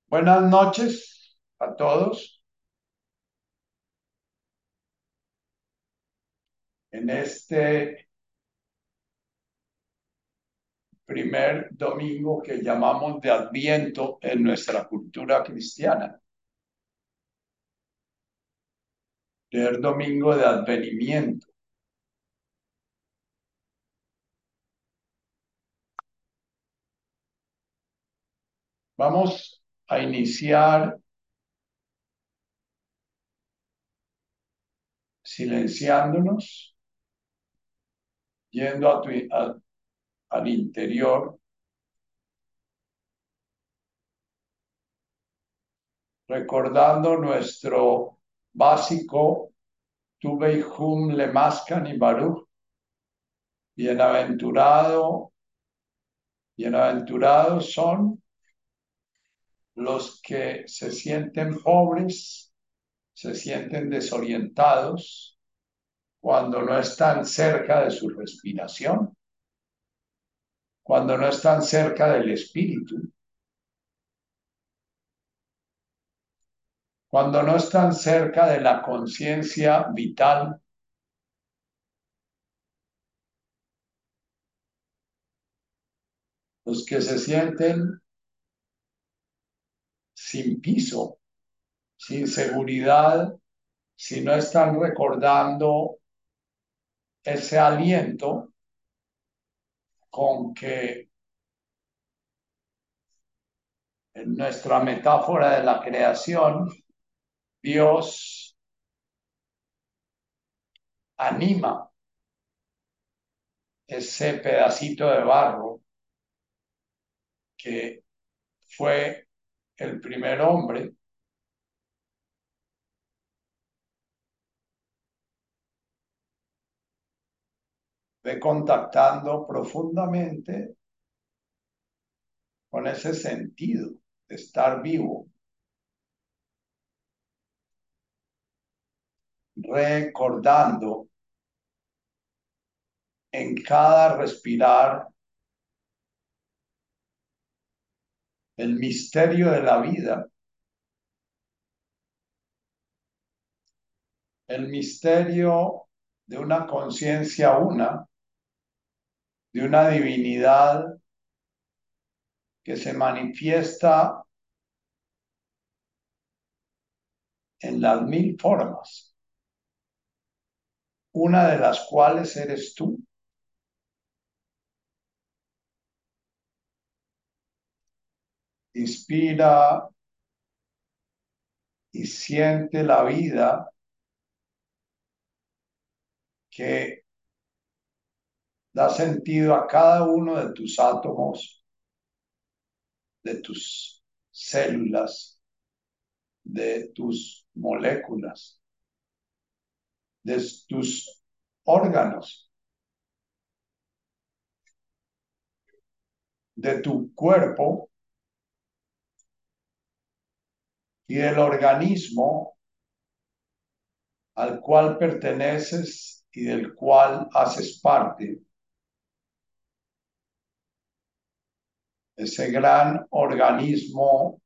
Buenas noches a todos. En este primer domingo que llamamos de Adviento en nuestra cultura cristiana, primer domingo de advenimiento. Vamos a iniciar silenciándonos, yendo al interior, recordando nuestro básico Tuve hum le mascan y Baruch, bienaventurado, bienaventurados son los que se sienten pobres, se sienten desorientados cuando no están cerca de su respiración, cuando no están cerca del espíritu, cuando no están cerca de la conciencia vital, los que se sienten sin piso, sin seguridad, si no están recordando ese aliento con que en nuestra metáfora de la creación, Dios anima ese pedacito de barro que fue el primer hombre, ve contactando profundamente con ese sentido de estar vivo, recordando en cada respirar el misterio de la vida, el misterio de una conciencia una, de una divinidad que se manifiesta en las mil formas, una de las cuales eres tú. Inspira y siente la vida que da sentido a cada uno de tus átomos, de tus células, de tus moléculas, de tus órganos, de tu cuerpo y del organismo al cual perteneces y del cual haces parte. Ese gran organismo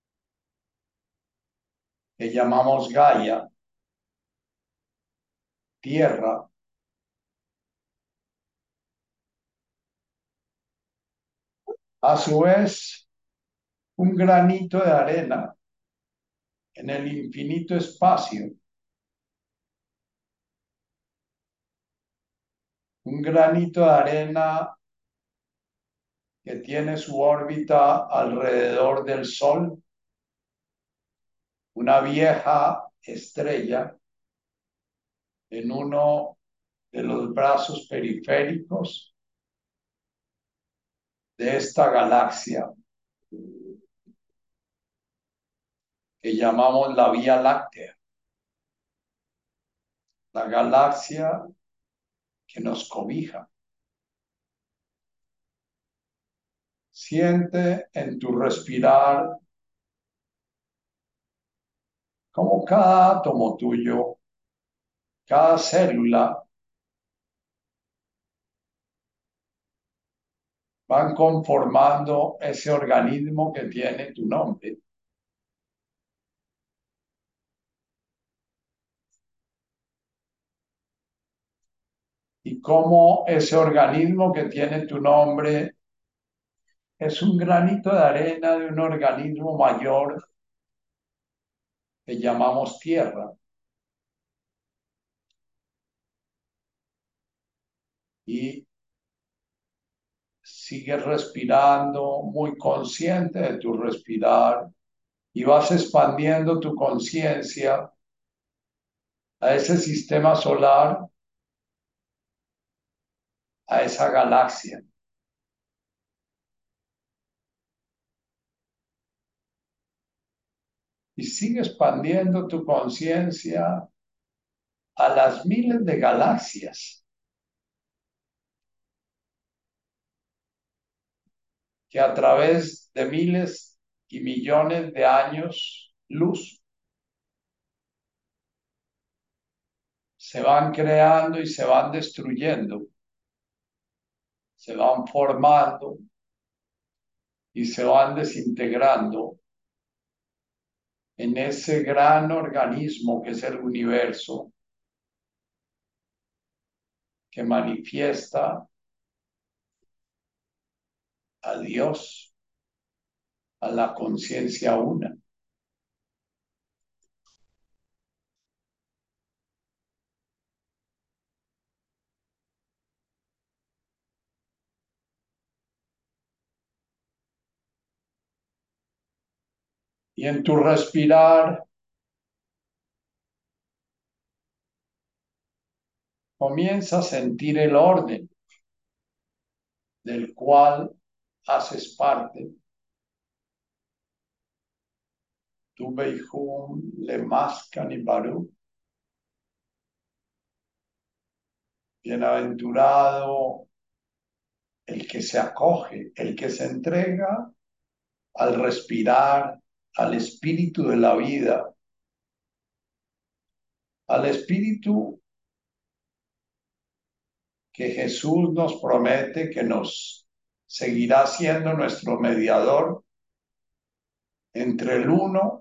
que llamamos Gaia, tierra, a su vez un granito de arena en el infinito espacio, un granito de arena que tiene su órbita alrededor del Sol, una vieja estrella en uno de los brazos periféricos de esta galaxia que llamamos la Vía Láctea, la galaxia que nos cobija. Siente en tu respirar como cada átomo tuyo, cada célula van conformando ese organismo que tiene tu nombre. y cómo ese organismo que tiene tu nombre es un granito de arena de un organismo mayor que llamamos tierra. Y sigues respirando, muy consciente de tu respirar, y vas expandiendo tu conciencia a ese sistema solar, a esa galaxia. Y sigue expandiendo tu conciencia a las miles de galaxias que a través de miles y millones de años luz se van creando y se van destruyendo, se van formando y se van desintegrando en ese gran organismo que es el universo, que manifiesta a Dios, a la conciencia una. Y en tu respirar comienza a sentir el orden del cual haces parte. Tu Beihum, Lemascan y Baruch. Bienaventurado el que se acoge, el que se entrega al respirar, al espíritu de la vida, al espíritu que Jesús nos promete que nos seguirá siendo nuestro mediador entre el uno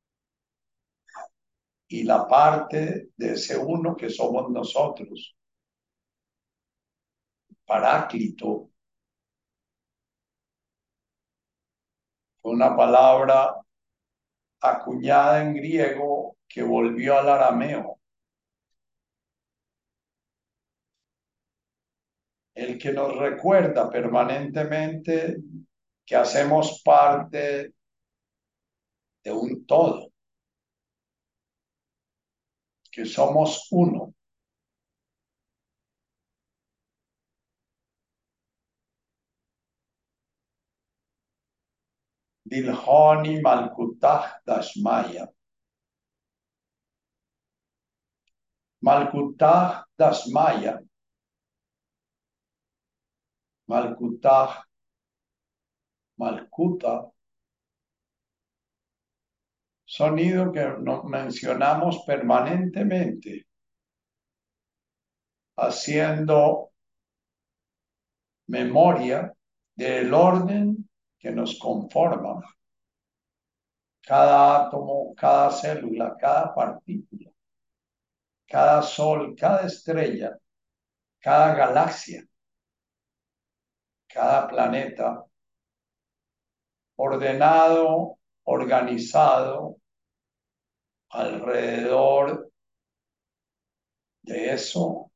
y la parte de ese uno que somos nosotros. Paráclito, una palabra acuñada en griego que volvió al arameo. El que nos recuerda permanentemente que hacemos parte de un todo, que somos uno. Dilhoni Malkutah Dashmaya. Malkutah Dashmaya. Malkutah, Malkuta. Sonido que nos mencionamos permanentemente, haciendo memoria del orden que nos conforma. Cada átomo, cada célula, cada partícula, cada sol, cada estrella, cada galaxia, cada planeta, ordenado, organizado alrededor de eso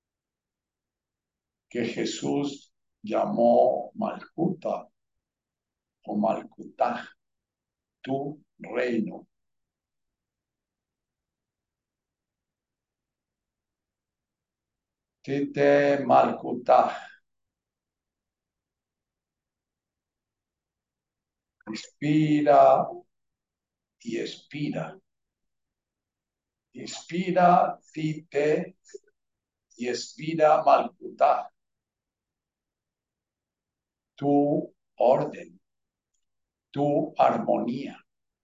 que Jesús llamó Malkuta o Malkutaj, tu reino. Tite Malkutaj. Inspira y expira. Inspira Tite y expira Malkutaj. Tu orden, tu armonía.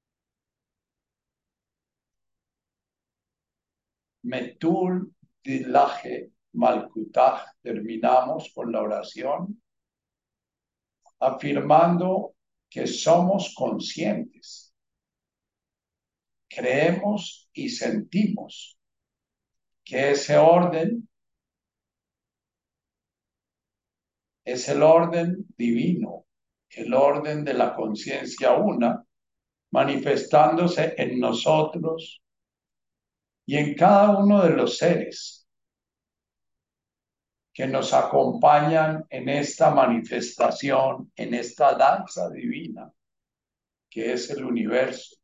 Metul Dilaje Malkutaj. Terminamos con la oración afirmando que somos conscientes, creemos y sentimos que ese orden es el orden divino, el orden de la conciencia una, manifestándose en nosotros y en cada uno de los seres que nos acompañan en esta manifestación, en esta danza divina que es el universo.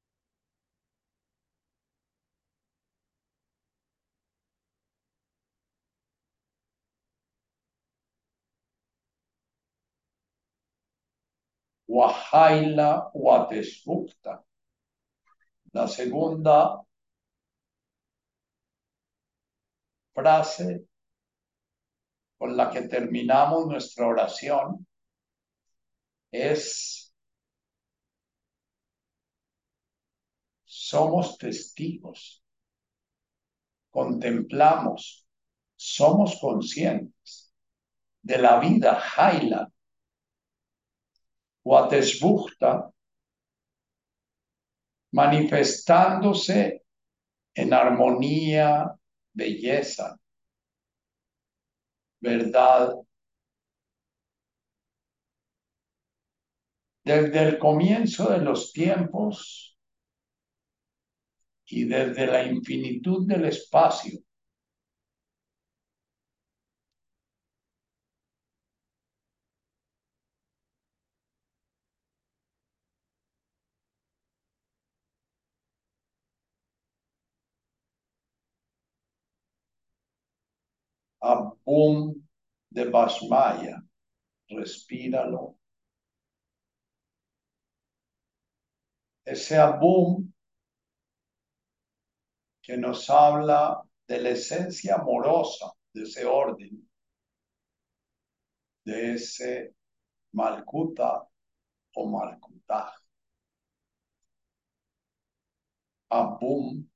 Wahaila Watesbukta. La segunda frase con la que terminamos nuestra oración es: somos testigos, contemplamos, somos conscientes de la vida Haila Watesbukta manifestándose en armonía, belleza, verdad, desde el comienzo de los tiempos y desde la infinitud del espacio. Abum de Basmaya, respíralo. Ese Abum que nos habla de la esencia amorosa de ese orden, de ese Malkuta o Malkutaj. Abum,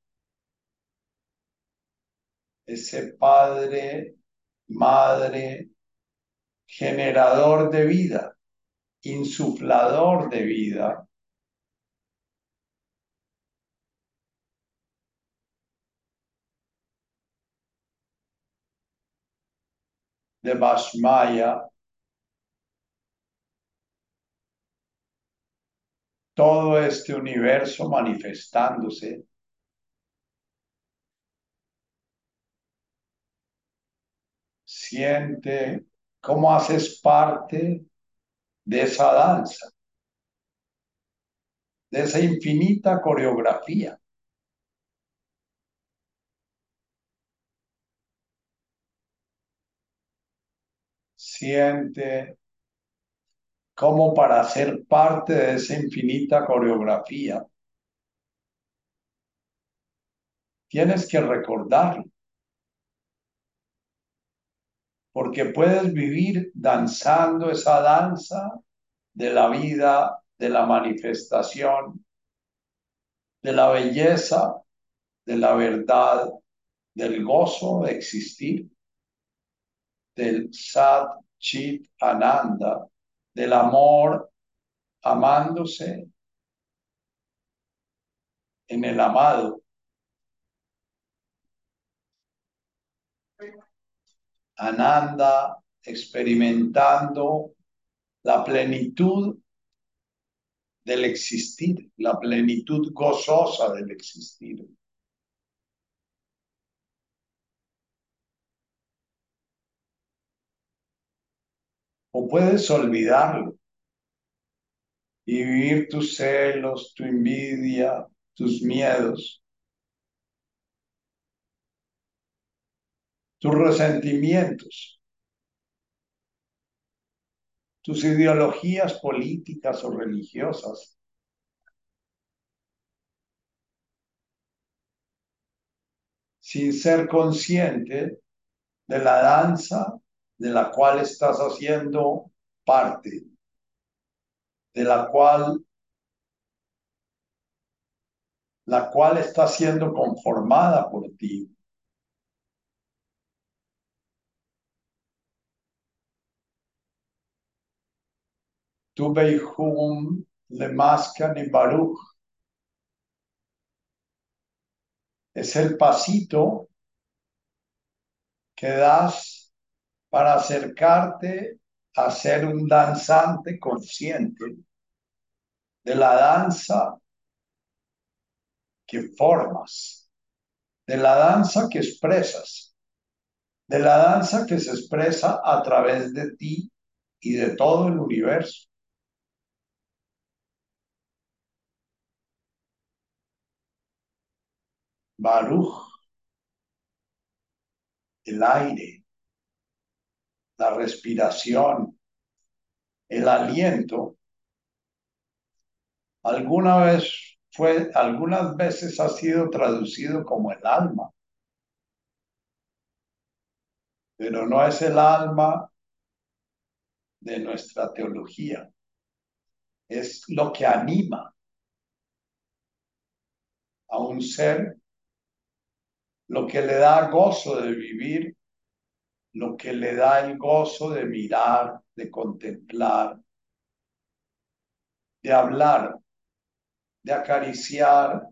ese padre, madre, generador de vida, insuflador de vida, de Basmaya, todo este universo manifestándose. Siente cómo haces parte de esa danza, de esa infinita coreografía. Siente cómo para ser parte de esa infinita coreografía tienes que recordarlo, porque puedes vivir danzando esa danza de la vida, de la manifestación, de la belleza, de la verdad, del gozo de existir, del Sat Chit Ananda, del amor amándose en el amado, Ananda experimentando la plenitud del existir, la plenitud gozosa del existir. O puedes olvidarlo y vivir tus celos, tu envidia, tus miedos, tus resentimientos, tus ideologías políticas o religiosas, sin ser consciente de la danza de la cual estás haciendo parte, de la cual está siendo conformada por ti. Tu Beihum Lemaskan y Baruch es el pasito que das para acercarte a ser un danzante consciente de la danza que formas, de la danza que expresas, de la danza que se expresa a través de ti y de todo el universo. Baruch, el aire, la respiración, el aliento, algunas veces ha sido traducido como el alma, pero no es el alma de nuestra teología, es lo que anima a un ser, lo que le da gozo de vivir, lo que le da el gozo de mirar, de contemplar, de hablar, de acariciar,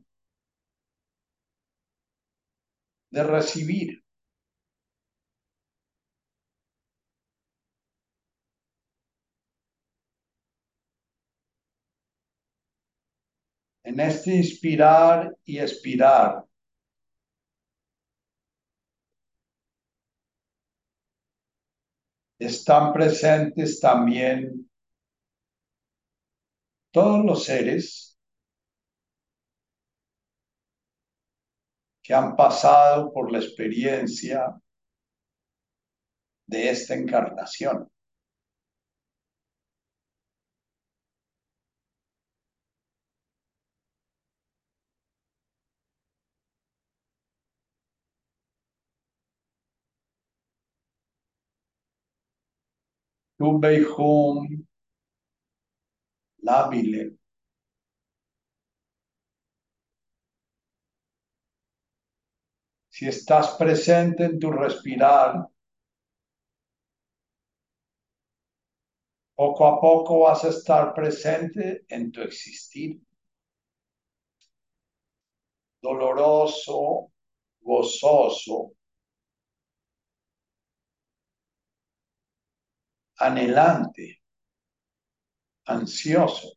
de recibir. En este inspirar y expirar, están presentes también todos los seres que han pasado por la experiencia de esta encarnación. Tu Beihum Labile. Si estás presente en tu respirar, poco a poco vas a estar presente en tu existir, doloroso, gozoso, anhelante, ansioso,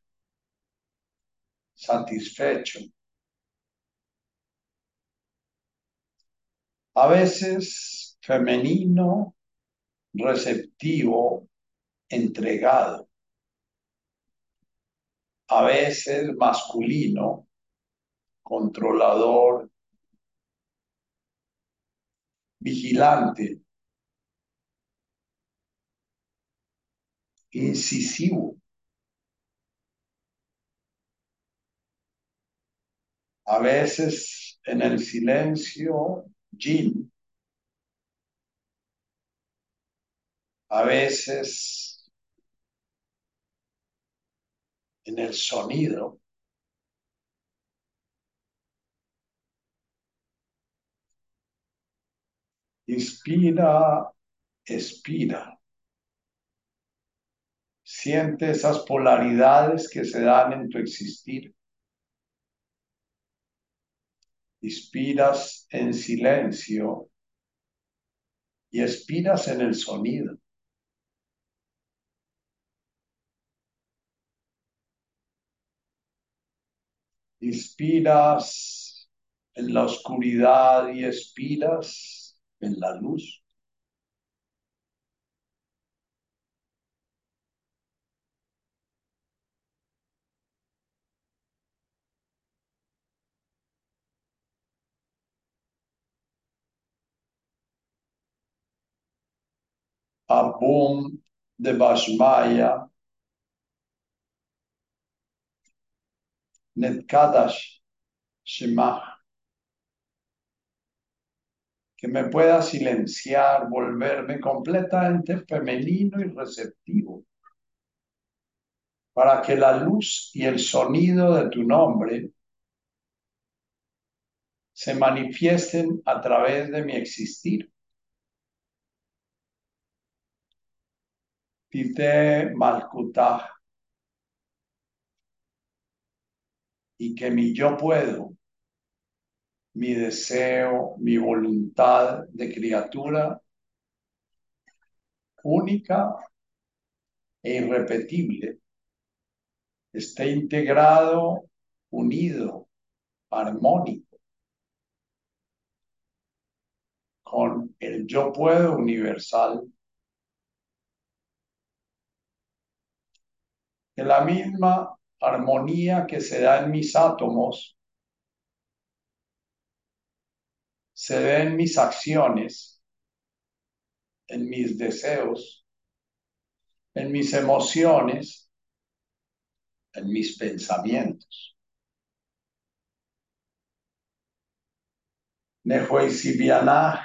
satisfecho. A veces femenino, receptivo, entregado. A veces masculino, controlador, vigilante, incisivo. A veces en el silencio, yin. A veces en el sonido. Inspira, expira. Siente esas polaridades que se dan en tu existir. Inspiras en silencio y expiras en el sonido. Inspiras en la oscuridad y expiras en la luz. Abum de Bashmaya, Netkadash, Shemach, que me pueda silenciar, volverme completamente femenino y receptivo, para que la luz y el sonido de tu nombre se manifiesten a través de mi existir. Tite Malkutah, y que mi yo puedo, mi deseo, mi voluntad de criatura única e irrepetible esté integrado, unido, armónico con el yo puedo universal, que la misma armonía que se da en mis átomos se dé en mis acciones, en mis deseos, en mis emociones, en mis pensamientos. Nehoisibianah,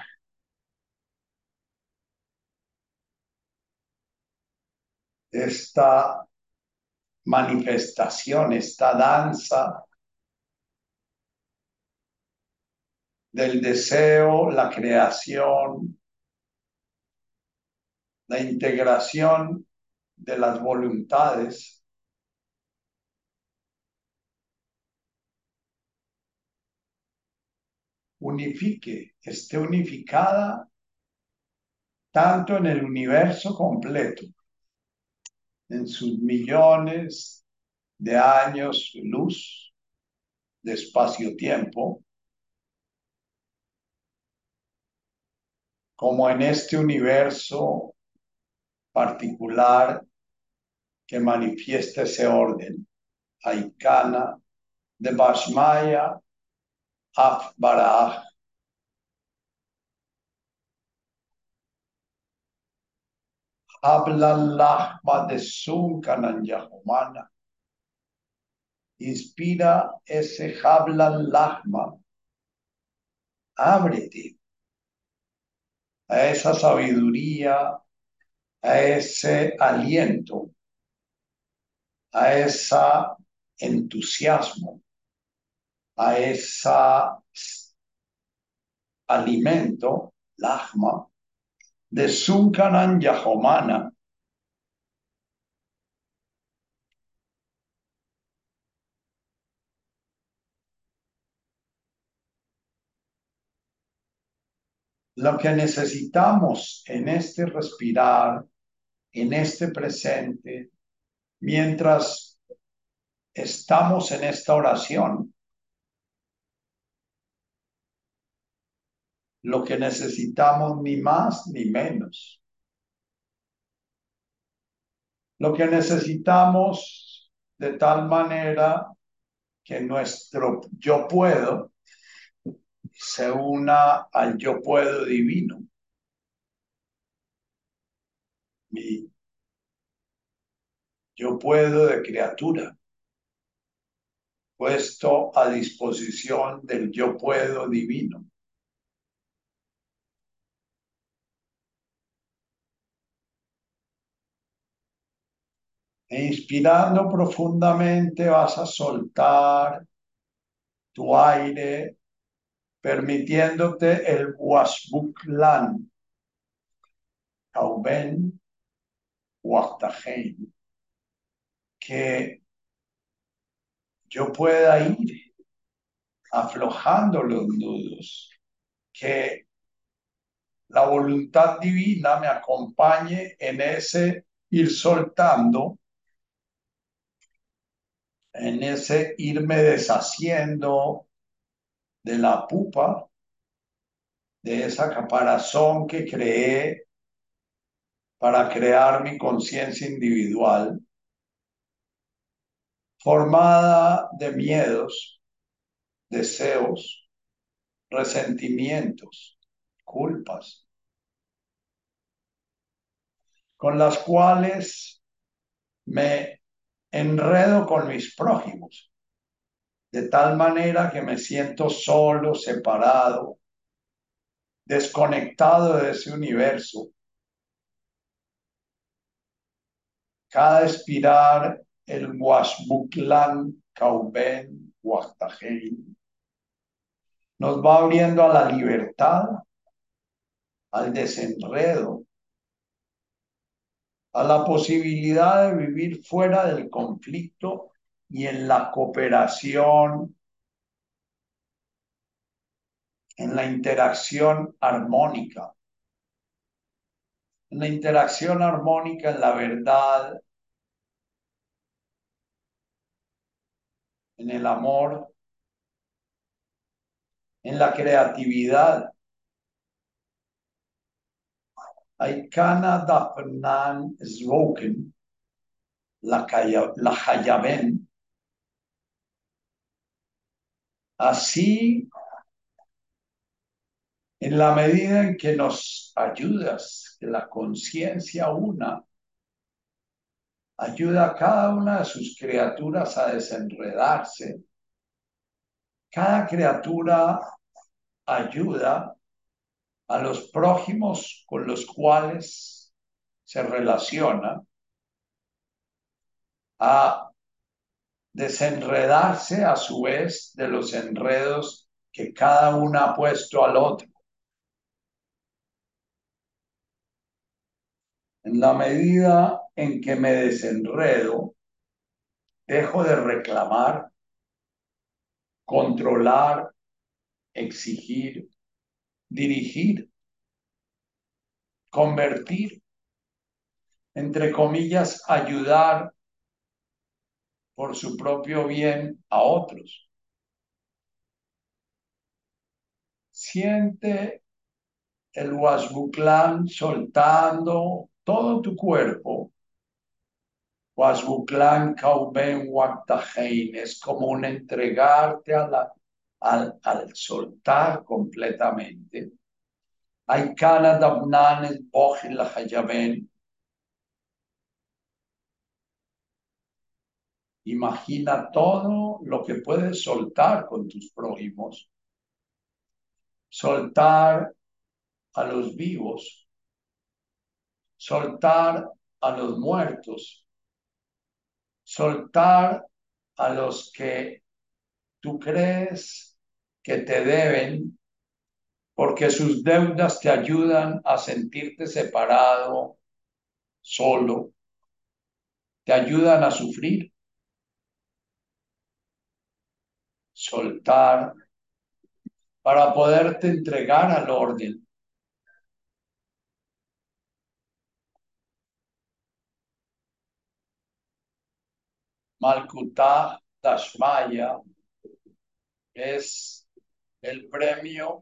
esta manifestación, esta danza del deseo, la creación, la integración de las voluntades, unifique, esté unificada tanto en el universo completo, en sus millones de años luz, de espacio-tiempo, como en este universo particular que manifiesta ese orden, Aikana, de Bashmaya, Af Baraj, Hablalahma de Sunkanan Yahumana. Inspira ese Hablalahma, ábrete a esa sabiduría, a ese aliento, a ese entusiasmo, a ese alimento, lahma, de Sunkanan Yahomana, lo que necesitamos en este respirar, en este presente, mientras estamos en esta oración, lo que necesitamos ni más ni menos. Lo que necesitamos de tal manera que nuestro yo puedo se una al yo puedo divino. Mi yo puedo de criatura, puesto a disposición del yo puedo divino. E inspirando profundamente vas a soltar tu aire, permitiéndote el Washbuklan, Kauben, Wachtaheim, que yo pueda ir aflojando los nudos, que la voluntad divina me acompañe en ese ir soltando, en ese irme deshaciendo de la pupa, de esa caparazón que creé para crear mi conciencia individual, formada de miedos, deseos, resentimientos, culpas, con las cuales me enredo con mis prójimos, de tal manera que me siento solo, separado, desconectado de ese universo. Cada expirar el Washbuklan, Kauben, Wachtaheim, nos va abriendo a la libertad, al desenredo, a la posibilidad de vivir fuera del conflicto y en la cooperación, en la interacción armónica. En la interacción armónica en la verdad en el amor, en la creatividad. Hay cana dafnan svoken, la hayaben. Así, en la medida en que nos ayudas, que la conciencia una, ayuda a cada una de sus criaturas a desenredarse. Cada criatura ayuda a los prójimos con los cuales se relaciona a desenredarse a su vez de los enredos que cada una ha puesto al otro. En la medida en que me desenredo, dejo de reclamar, controlar, exigir, dirigir, convertir, entre comillas, ayudar por su propio bien a otros. Siente el Huasbuclán soltando todo tu cuerpo. Huasbuclán Kauben Waktajein es como un entregarte al soltar completamente. Aikana Dabnanes Bojil Hayaben. Imagina todo lo que puedes soltar con tus prójimos. Soltar a los vivos, soltar a los muertos, soltar a los que tú crees que te deben, porque sus deudas te ayudan a sentirte separado, solo, te ayudan a sufrir. Soltar para poderte entregar al orden. Malkuta Dashmaya es el premio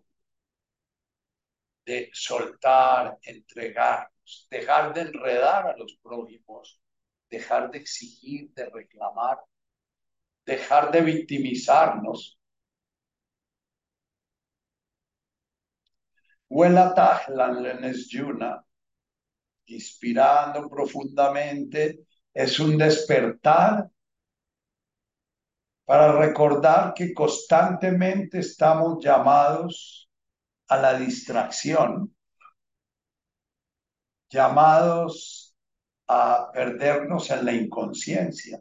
de soltar, entregarnos, dejar de enredar a los prójimos, dejar de exigir, de reclamar, dejar de victimizarnos. Huela Tajlan Lenes Yuna, inspirando profundamente, es un despertar para recordar que constantemente estamos llamados a la distracción, llamados a perdernos en la inconsciencia,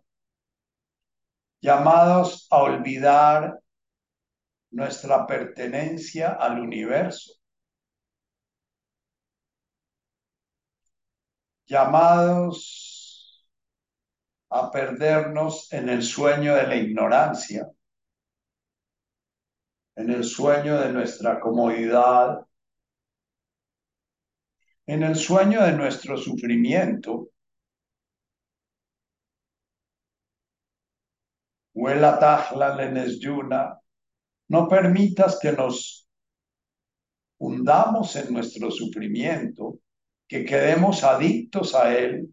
llamados a olvidar nuestra pertenencia al universo, llamados a perdernos en el sueño de la ignorancia, en el sueño de nuestra comodidad, en el sueño de nuestro sufrimiento. Huela Tajla Lenes Yuna, no permitas que nos hundamos en nuestro sufrimiento, que quedemos adictos a él.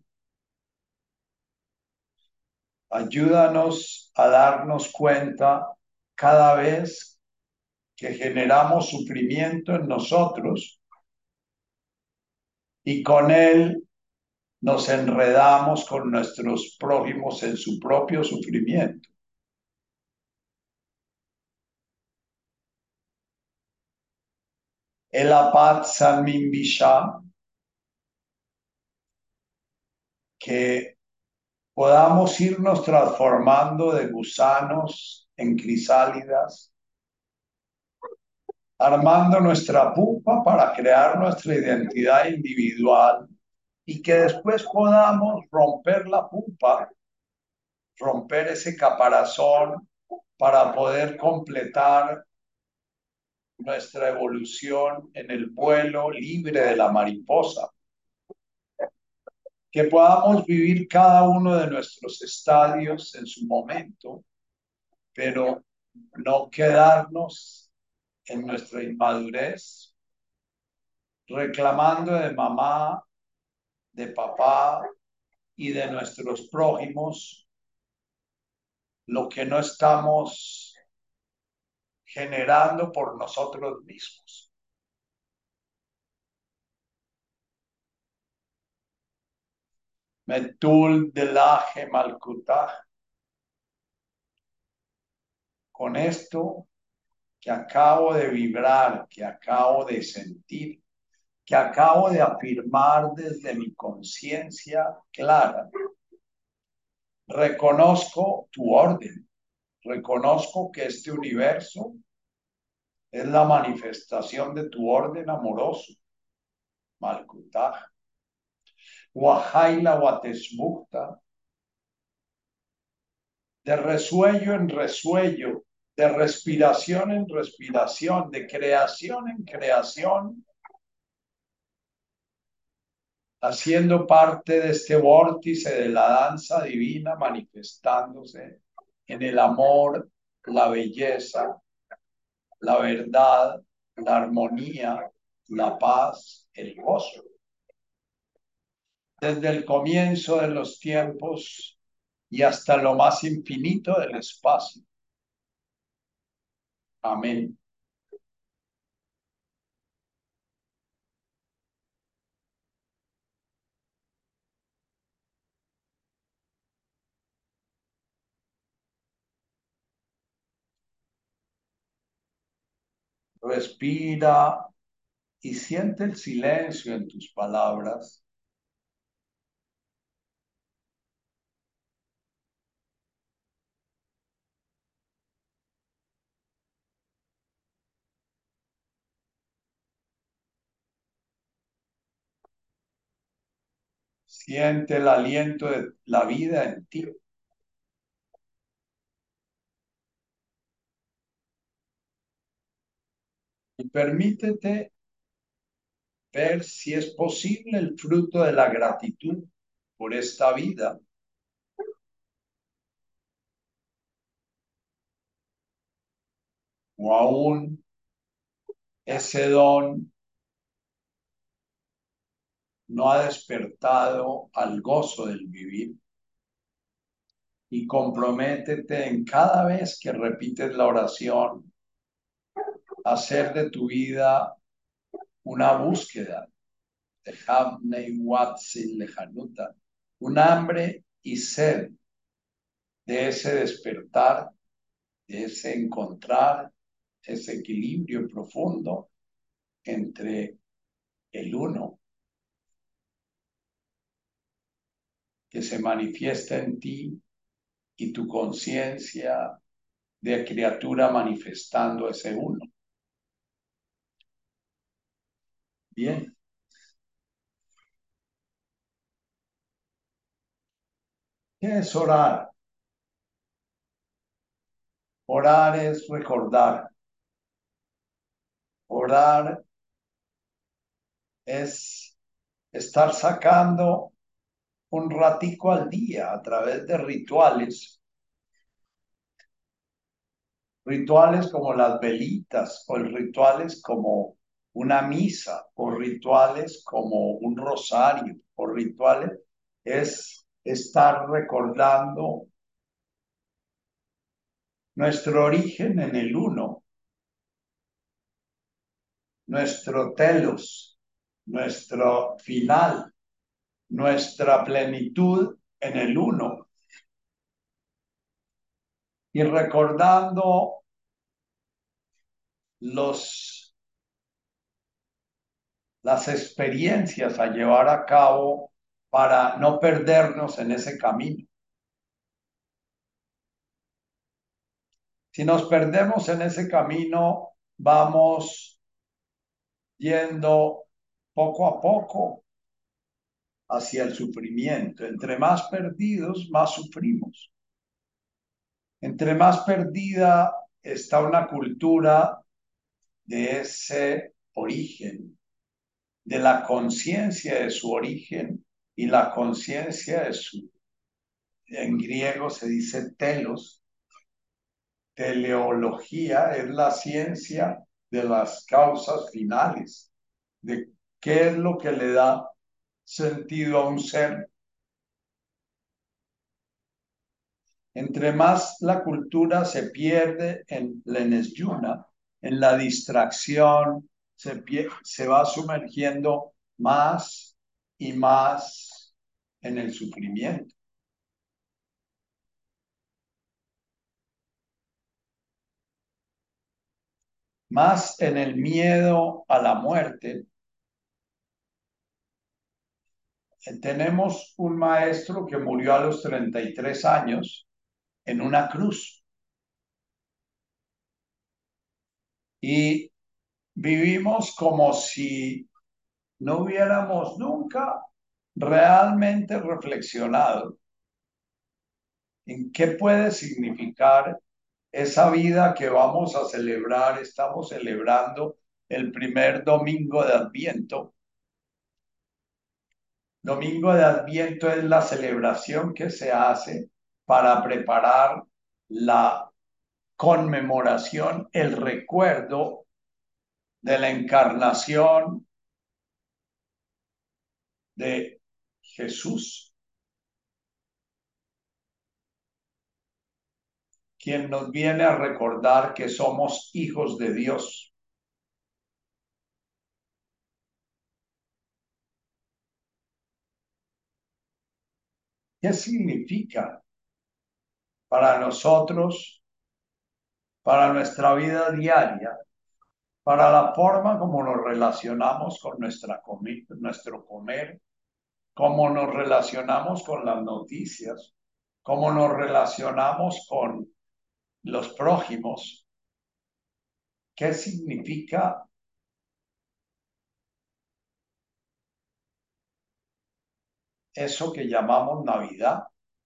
Ayúdanos a darnos cuenta cada vez que generamos sufrimiento en nosotros y con él nos enredamos con nuestros prójimos en su propio sufrimiento. El Apat Sanmin Bisha, que podamos irnos transformando de gusanos en crisálidas, armando nuestra pupa para crear nuestra identidad individual y que después podamos romper la pupa, romper ese caparazón para poder completar nuestra evolución en el vuelo libre de la mariposa. Que podamos vivir cada uno de nuestros estadios en su momento pero no quedarnos en nuestra inmadurez reclamando de mamá, de papá y de nuestros prójimos lo que no estamos generando por nosotros mismos. Metul de la Malkutah. Con esto que acabo de vibrar, que acabo de sentir, que acabo de afirmar desde mi conciencia clara, reconozco tu orden, reconozco que este universo es la manifestación de tu orden amoroso, Malkutaj, Wahaila Watesmukta, de resuello en resuello, de respiración en respiración, de creación en creación, haciendo parte de este vórtice de la danza divina, manifestándose en el amor, la belleza, la verdad, la armonía, la paz, el gozo. Desde el comienzo de los tiempos y hasta lo más infinito del espacio. Amén. Respira y siente el silencio en tus palabras. Siente el aliento de la vida en ti. Y permítete ver si es posible el fruto de la gratitud por esta vida o aún ese don no ha despertado al gozo del vivir. Y comprométete en cada vez que repites la oración, hacer de tu vida una búsqueda de Havnei Watzil Lejanuta, un hambre y sed de ese despertar, de ese encontrar, ese equilibrio profundo entre el uno que se manifiesta en ti y tu conciencia de criatura manifestando ese uno. Bien, ¿qué es orar? Orar es recordar. Orar es estar sacando un ratico al día a través de rituales como las velitas, o rituales como una misa, o rituales como un rosario, o rituales, es estar recordando nuestro origen en el uno, nuestro telos, nuestro final, nuestra plenitud en el uno, y recordando los, las experiencias a llevar a cabo para no perdernos en ese camino. Si nos perdemos en ese camino, vamos yendo poco a poco hacia el sufrimiento. Entre más perdidos, más sufrimos. Entre más perdida está una cultura de ese origen, de la conciencia de su origen y la conciencia de su, en griego se dice telos, teleología es la ciencia de las causas finales, de qué es lo que le da sentido a un ser. Entre más la cultura se pierde en Lenesyuna, en la distracción, se va sumergiendo más y más en el sufrimiento, más en el miedo a la muerte. Tenemos un maestro que murió a los 33 años en una cruz y vivimos como si no hubiéramos nunca realmente reflexionado en qué puede significar esa vida que vamos a celebrar. Estamos celebrando el primer domingo de Adviento. Domingo de Adviento es la celebración que se hace para preparar la conmemoración, el recuerdo de la encarnación de Jesús, quien nos viene a recordar que somos hijos de Dios. ¿Qué significa para nosotros, para nuestra vida diaria, para la forma como nos relacionamos con nuestro comer, cómo nos relacionamos con las noticias, cómo nos relacionamos con los prójimos? ¿Qué significa eso que llamamos Navidad?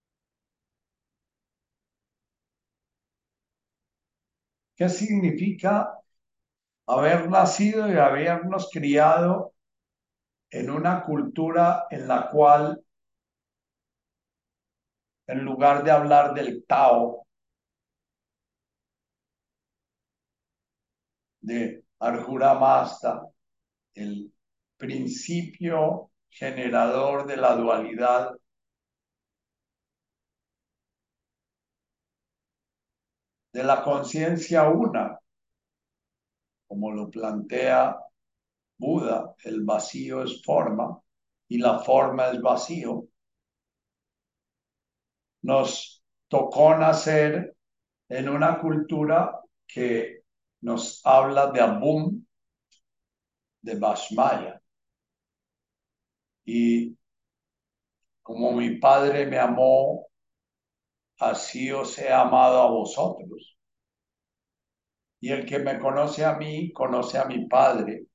¿Qué significa haber nacido y habernos criado en una cultura en la cual, en lugar de hablar del Tao, de Arjuna Mazda, el principio generador de la dualidad, de la conciencia una, como lo plantea Buda, el vacío es forma y la forma es vacío, nos tocó nacer en una cultura que nos habla de Abum, de Bashmaya. Y como mi padre me amó, así os he amado a vosotros. Y el que me conoce a mí, conoce a mi padre.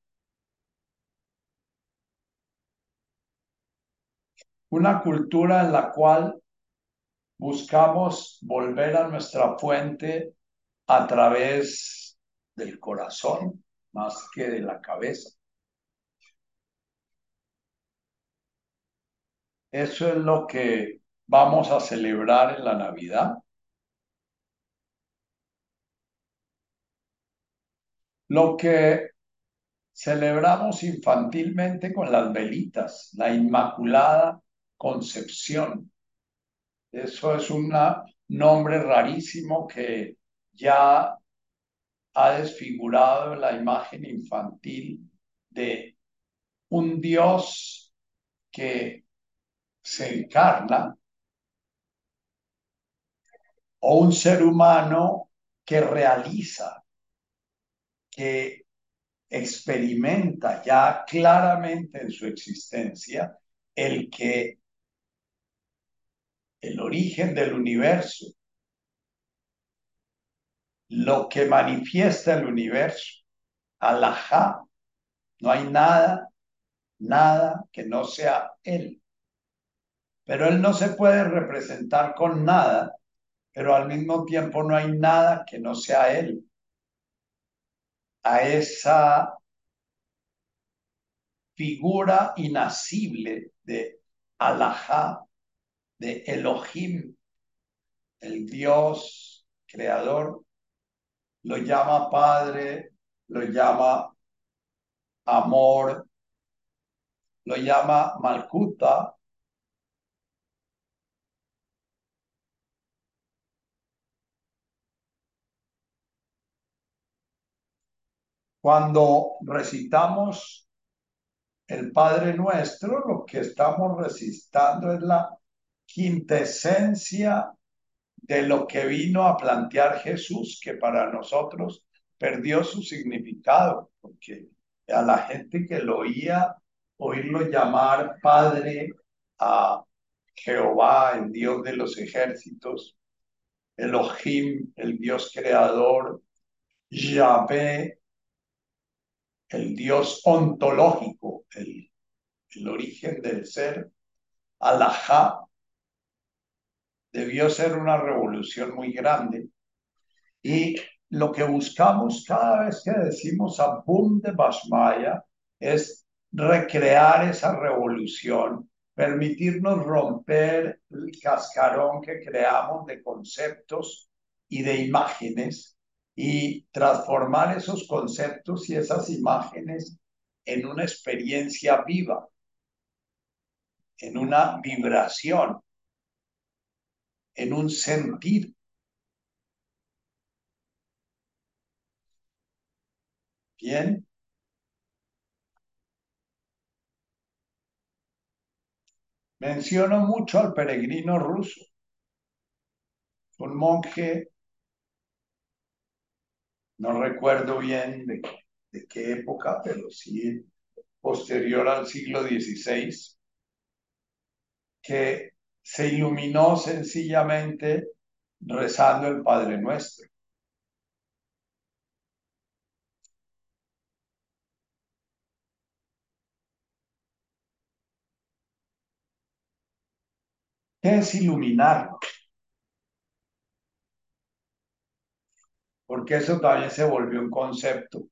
Una cultura en la cual buscamos volver a nuestra fuente a través del corazón, más que de la cabeza. Eso es lo que vamos a celebrar en la Navidad. Lo que celebramos infantilmente con las velitas, la Inmaculada Concepción. Eso es un nombre rarísimo que ya ha desfigurado la imagen infantil de un Dios que se encarna o un ser humano que realiza, que experimenta ya claramente en su existencia el origen del universo, lo que manifiesta el universo. Alajá, no hay nada, nada que no sea él. Pero él no se puede representar con nada, pero al mismo tiempo no hay nada que no sea él. A esa figura inasible de Alajá, de Elohim, el Dios creador, lo llama Padre, lo llama amor, lo llama Malkuta. Cuando recitamos el Padre Nuestro, lo que estamos recitando es la quintesencia de lo que vino a plantear Jesús, que para nosotros perdió su significado, porque a la gente que lo oía, oírlo llamar Padre a Jehová, el Dios de los ejércitos, Elohim, el Dios creador, Yahvé, el Dios ontológico, el origen del ser, Alajá, debió ser una revolución muy grande. Y lo que buscamos cada vez que decimos Abum de Bashmaya es recrear esa revolución, permitirnos romper el cascarón que creamos de conceptos y de imágenes y transformar esos conceptos y esas imágenes en una experiencia viva, en una vibración, en un sentir. Bien, menciono mucho al peregrino ruso, un monje, no recuerdo bien de qué época, pero sí posterior al siglo XVI, que se iluminó sencillamente rezando el Padre Nuestro. ¿Qué es iluminar? Porque eso también se volvió un concepto.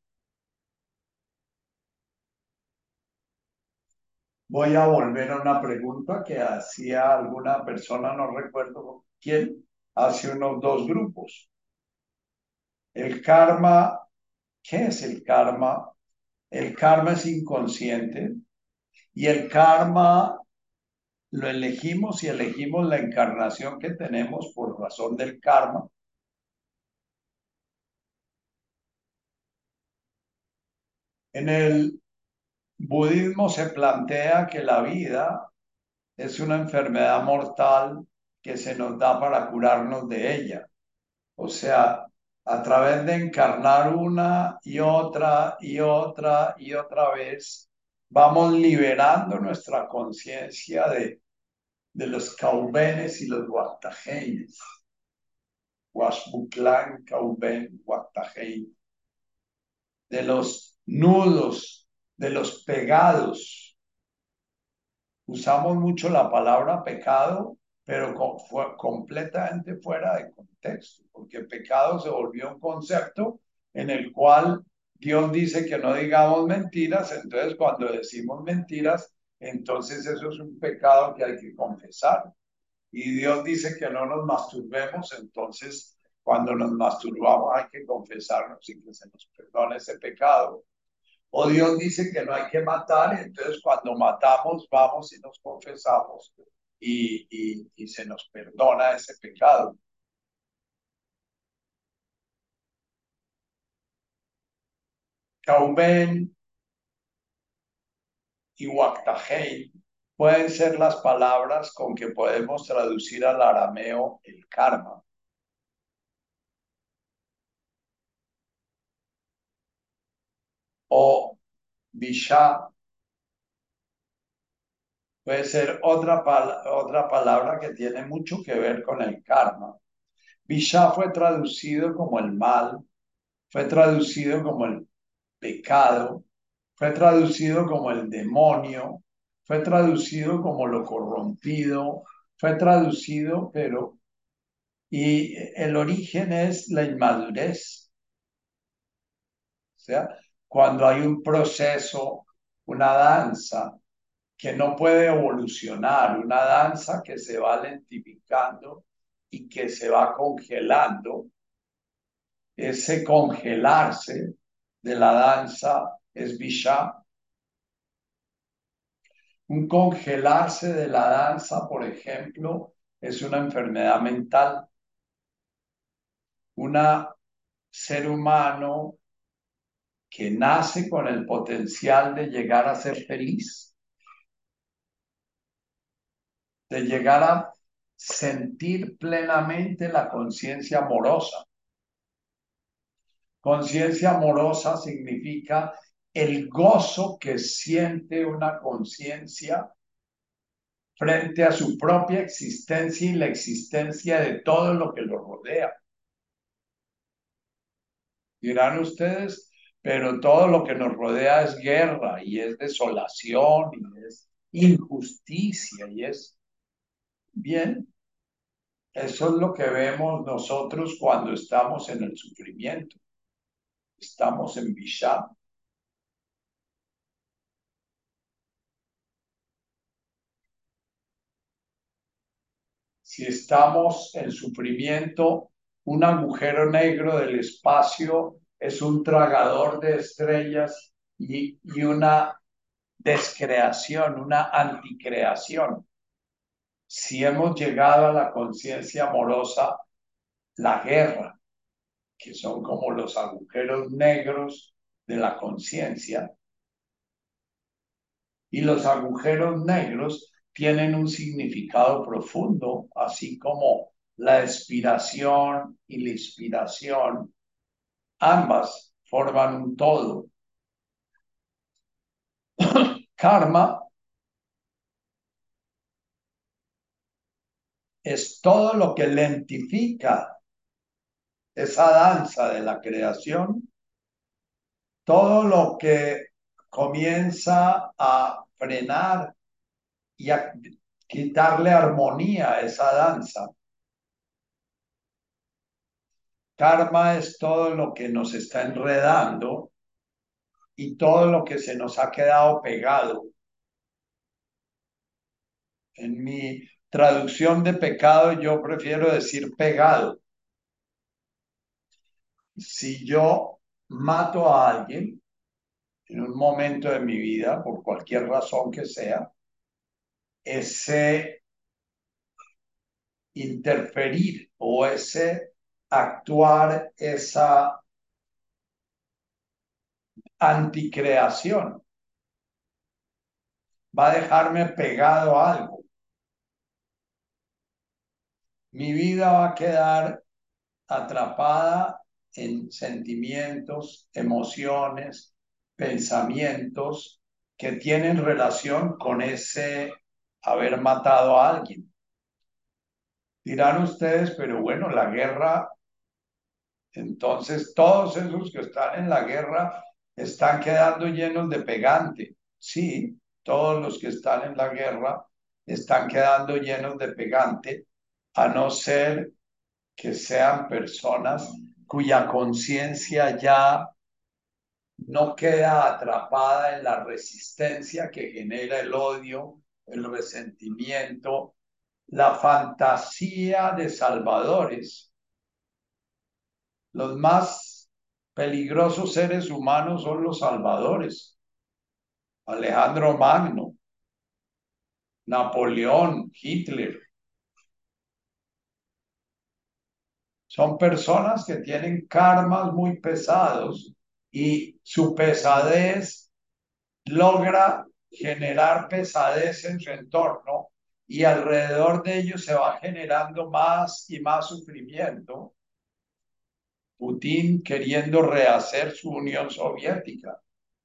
Voy a volver a una pregunta que hacía alguna persona, no recuerdo quién, hace unos dos grupos. El karma, ¿qué es el karma? El karma es inconsciente y el karma lo elegimos y elegimos la encarnación que tenemos por razón del karma. En el budismo se plantea que la vida es una enfermedad mortal que se nos da para curarnos de ella. O sea, a través de encarnar una y otra y otra y otra vez, vamos liberando nuestra conciencia de los caubenes y los guantajenes. Huashbuclán, Cauben, Guantajein, de los nudos, de los pegados. Usamos mucho la palabra pecado, pero fue completamente fuera de contexto, porque pecado se volvió un concepto en el cual Dios dice que no digamos mentiras, entonces cuando decimos mentiras, entonces eso es un pecado que hay que confesar. Y Dios dice que no nos masturbemos, entonces cuando nos masturbamos hay que confesarnos y que se nos perdone ese pecado. O Dios dice que no hay que matar, entonces cuando matamos vamos y nos confesamos y se nos perdona ese pecado. Kauben y Waktahein pueden ser las palabras con que podemos traducir al arameo el karma. O Bisha puede ser otra palabra que tiene mucho que ver con el karma. Bisha fue traducido como el mal, fue traducido como el pecado, fue traducido como el demonio, fue traducido como lo corrompido, fue traducido, pero, y el origen es la inmadurez. O sea, cuando hay un proceso, una danza que no puede evolucionar, una danza que se va lentificando y que se va congelando, ese congelarse de la danza es Vishá. Un congelarse de la danza, por ejemplo, es una enfermedad mental. Un ser humano que nace con el potencial de llegar a ser feliz, de llegar a sentir plenamente la conciencia amorosa. Conciencia amorosa significa el gozo que siente una conciencia frente a su propia existencia y la existencia de todo lo que lo rodea. Dirán ustedes, pero todo lo que nos rodea es guerra y es desolación y es injusticia y es bien. Eso es lo que vemos nosotros cuando estamos en el sufrimiento. Estamos en Vishá. Si estamos en sufrimiento, un agujero negro del espacio es un tragador de estrellas y una descreación, una anticreación. Si hemos llegado a la conciencia amorosa, la guerra, que son como los agujeros negros de la conciencia, y los agujeros negros tienen un significado profundo, así como la expiración y la inspiración, ambas forman un todo. Karma es todo lo que lentifica esa danza de la creación, todo lo que comienza a frenar y a quitarle armonía a esa danza. Karma es todo lo que nos está enredando y todo lo que se nos ha quedado pegado. En mi traducción de pecado yo prefiero decir pegado. Si yo mato a alguien en un momento de mi vida, por cualquier razón que sea, ese interferir o ese actuar, esa anticreación, va a dejarme pegado a algo. Mi vida va a quedar atrapada en sentimientos, emociones, pensamientos que tienen relación con ese haber matado a alguien. Dirán ustedes, pero bueno, la guerra, entonces todos esos que están en la guerra están quedando llenos de pegante. Sí, todos los que están en la guerra están quedando llenos de pegante, a no ser que sean personas cuya conciencia ya no queda atrapada en la resistencia que genera el odio, el resentimiento, la fantasía de salvadores. Los más peligrosos seres humanos son los salvadores. Alejandro Magno, Napoleón, Hitler. Son personas que tienen karmas muy pesados y su pesadez logra generar pesadez en su entorno y alrededor de ellos se va generando más y más sufrimiento. Putin queriendo rehacer su Unión Soviética.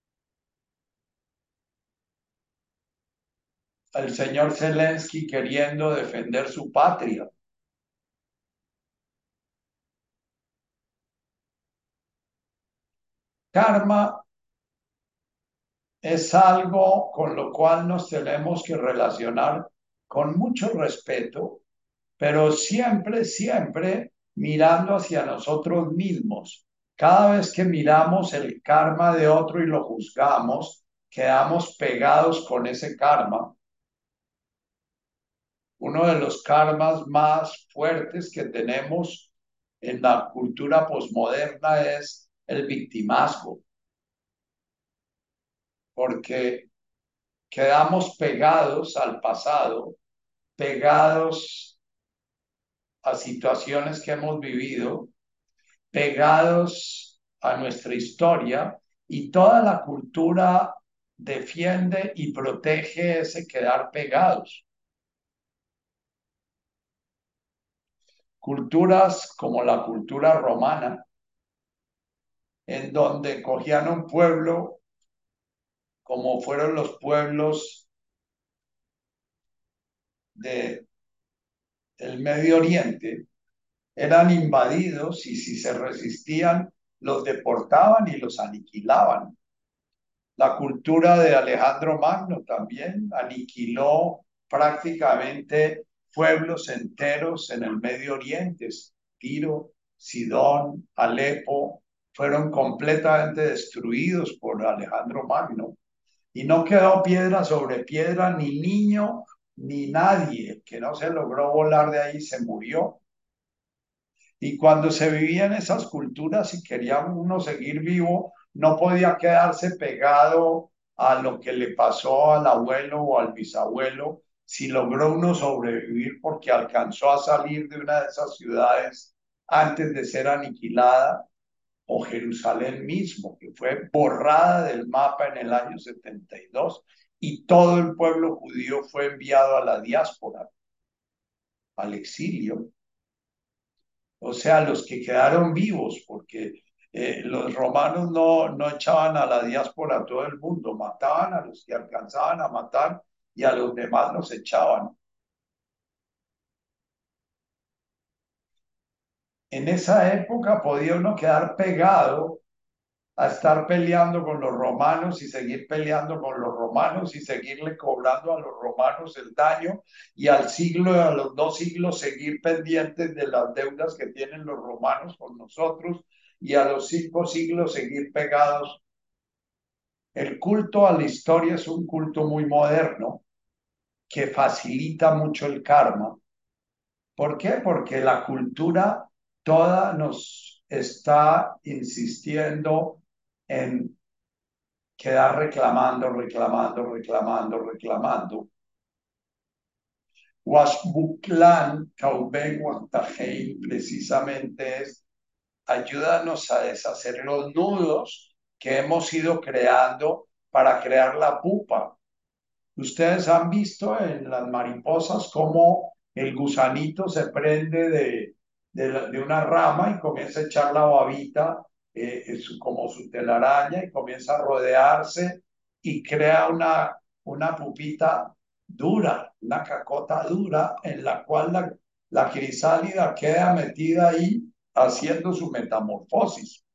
El señor Zelensky queriendo defender su patria. Karma es algo con lo cual nos tenemos que relacionar con mucho respeto, pero siempre, siempre mirando hacia nosotros mismos. Cada vez que miramos el karma de otro y lo juzgamos, quedamos pegados con ese karma. Uno de los karmas más fuertes que tenemos en la cultura posmoderna es el victimazgo, porque quedamos pegados al pasado, pegados a situaciones que hemos vivido, pegados a nuestra historia, y toda la cultura defiende y protege ese quedar pegados. Culturas como la cultura romana, en donde cogían un pueblo como fueron los pueblos de, del Medio Oriente, eran invadidos y si se resistían, los deportaban y los aniquilaban. La cultura de Alejandro Magno también aniquiló prácticamente pueblos enteros en el Medio Oriente. Tiro, Sidón, Alepo, fueron completamente destruidos por Alejandro Magno. Y no quedó piedra sobre piedra, ni niño, ni nadie. El que no se logró volar de ahí se murió. Y cuando se vivía en esas culturas y quería uno seguir vivo, no podía quedarse pegado a lo que le pasó al abuelo o al bisabuelo, si logró uno sobrevivir porque alcanzó a salir de una de esas ciudades antes de ser aniquilada, o Jerusalén mismo, que fue borrada del mapa en el año 72 y todo el pueblo judío fue enviado a la diáspora, al exilio. O sea, los que quedaron vivos, porque los romanos no echaban a la diáspora a todo el mundo, mataban a los que alcanzaban a matar y a los demás los echaban. En esa época podía uno quedar pegado a estar peleando con los romanos y seguir peleando con los romanos y seguirle cobrando a los romanos el daño y al siglo, a los 2 siglos seguir pendientes de las deudas que tienen los romanos con nosotros y a los 5 siglos seguir pegados. El culto a la historia es un culto muy moderno que facilita mucho el karma. ¿Por qué? Porque la cultura toda nos está insistiendo en quedar reclamando, reclamando, reclamando, reclamando. Washbuklan, Kauben, Watajein, precisamente es ayúdanos a deshacer los nudos que hemos ido creando para crear la pupa. Ustedes han visto en las mariposas cómo el gusanito se prende de una rama y comienza a echar la babita como su telaraña y comienza a rodearse y crea una pupita dura, una cacota dura en la cual la crisálida queda metida ahí haciendo su metamorfosis.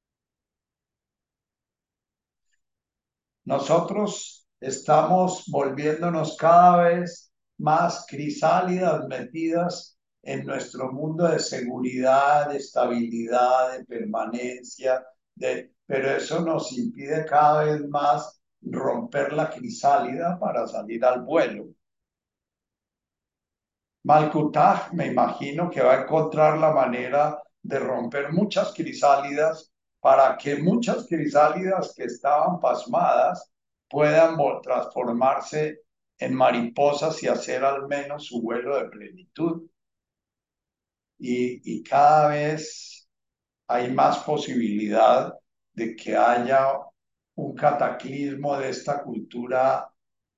Nosotros estamos volviéndonos cada vez más crisálidas metidas en nuestro mundo de seguridad, de estabilidad, de permanencia, pero eso nos impide cada vez más romper la crisálida para salir al vuelo. Malkutaj me imagino que va a encontrar la manera de romper muchas crisálidas para que muchas crisálidas que estaban pasmadas puedan transformarse en mariposas y hacer al menos su vuelo de plenitud. Y cada vez hay más posibilidad de que haya un cataclismo de esta cultura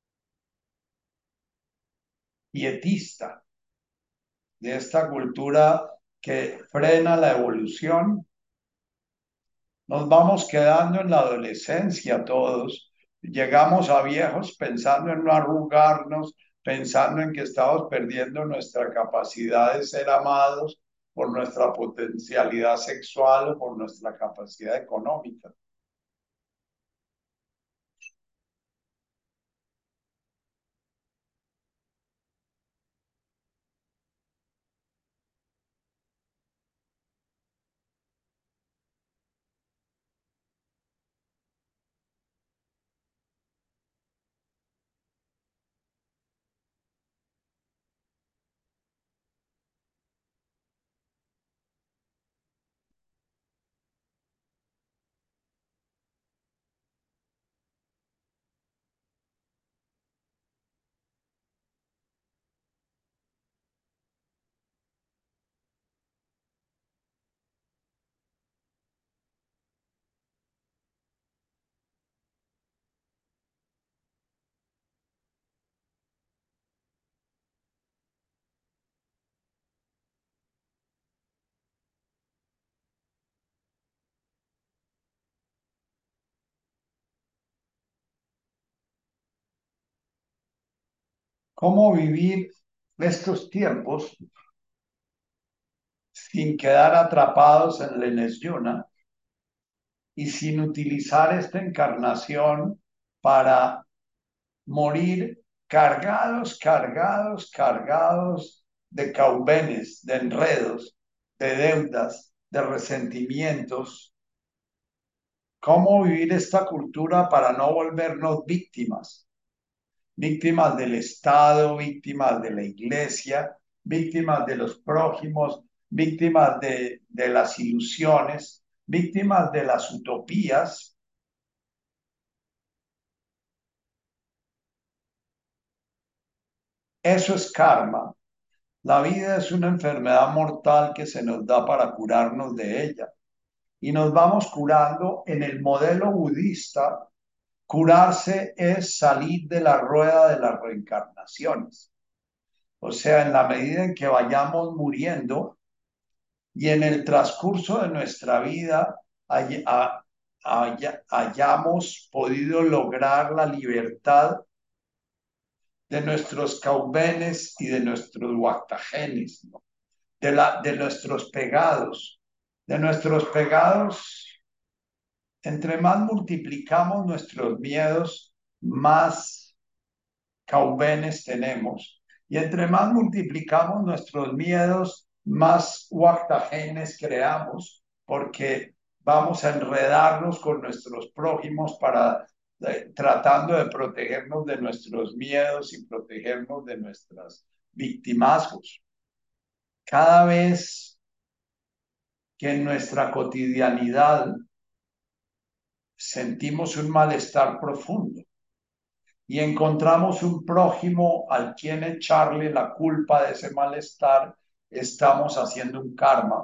pietista, de esta cultura que frena la evolución. Nos vamos quedando en la adolescencia todos. Llegamos a viejos pensando en no arrugarnos, pensando en que estamos perdiendo nuestra capacidad de ser amados por nuestra potencialidad sexual o por nuestra capacidad económica. cómo vivir estos tiempos sin quedar atrapados en la Yuna y sin utilizar esta encarnación para morir cargados de caubenes, de enredos, de deudas, de resentimientos. ¿Cómo vivir esta cultura para no volvernos víctimas? Víctimas del Estado, víctimas de la iglesia, víctimas de los prójimos, víctimas de las ilusiones, víctimas de las utopías. Eso es karma. La vida es una enfermedad mortal que se nos da para curarnos de ella. Y nos vamos curando en el modelo budista. Curarse es salir de la rueda de las reencarnaciones. O sea, en la medida en que vayamos muriendo y en el transcurso de nuestra vida hayamos podido lograr la libertad de nuestros caubenes y de nuestros guactagenes, ¿no? De nuestros pegados. De nuestros pegados, entre más multiplicamos nuestros miedos, más caubenes tenemos. Y entre más multiplicamos nuestros miedos, más guactagenes creamos, porque vamos a enredarnos con nuestros prójimos para tratando de protegernos de nuestros miedos y protegernos de nuestras victimazgos. Cada vez que en nuestra cotidianidad sentimos un malestar profundo y encontramos un prójimo al quien echarle la culpa de ese malestar, estamos haciendo un karma.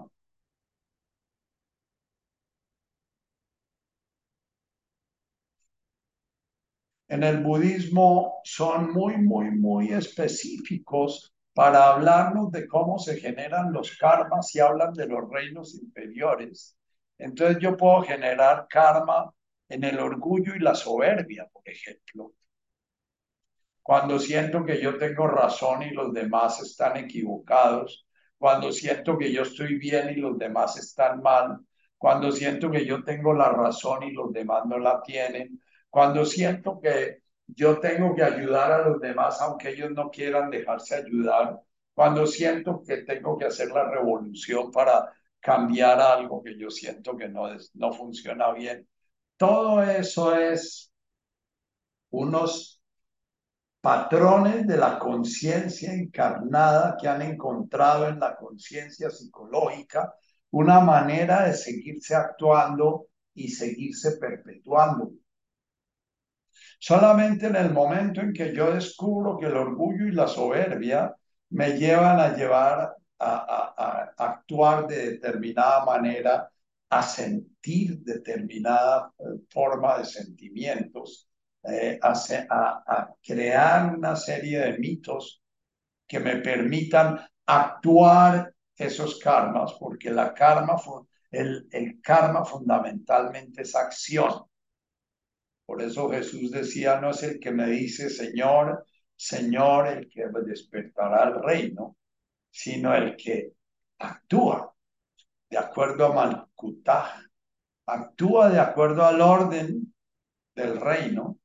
En el budismo son muy específicos para hablarnos de cómo se generan los karmas y hablan de los reinos inferiores. Entonces yo puedo generar karma en el orgullo y la soberbia, por ejemplo. Cuando siento que yo tengo razón y los demás están equivocados, cuando siento que yo estoy bien y los demás están mal, cuando siento que yo tengo la razón y los demás no la tienen, cuando siento que yo tengo que ayudar a los demás aunque ellos no quieran dejarse ayudar, cuando siento que tengo que hacer la revolución para cambiar algo que yo siento que no funciona bien. Todo eso es unos patrones de la conciencia encarnada que han encontrado en la conciencia psicológica una manera de seguirse actuando y seguirse perpetuando. Solamente en el momento en que yo descubro que el orgullo y la soberbia me llevan a a actuar de determinada manera, a sentir determinada forma de sentimientos, a crear una serie de mitos que me permitan actuar esos karmas, porque el karma fundamentalmente es acción. Por eso Jesús decía, no es el que me dice Señor, Señor, el que despertará el reino, sino el que actúa de acuerdo a Malkutaj, actúa de acuerdo al orden del reino.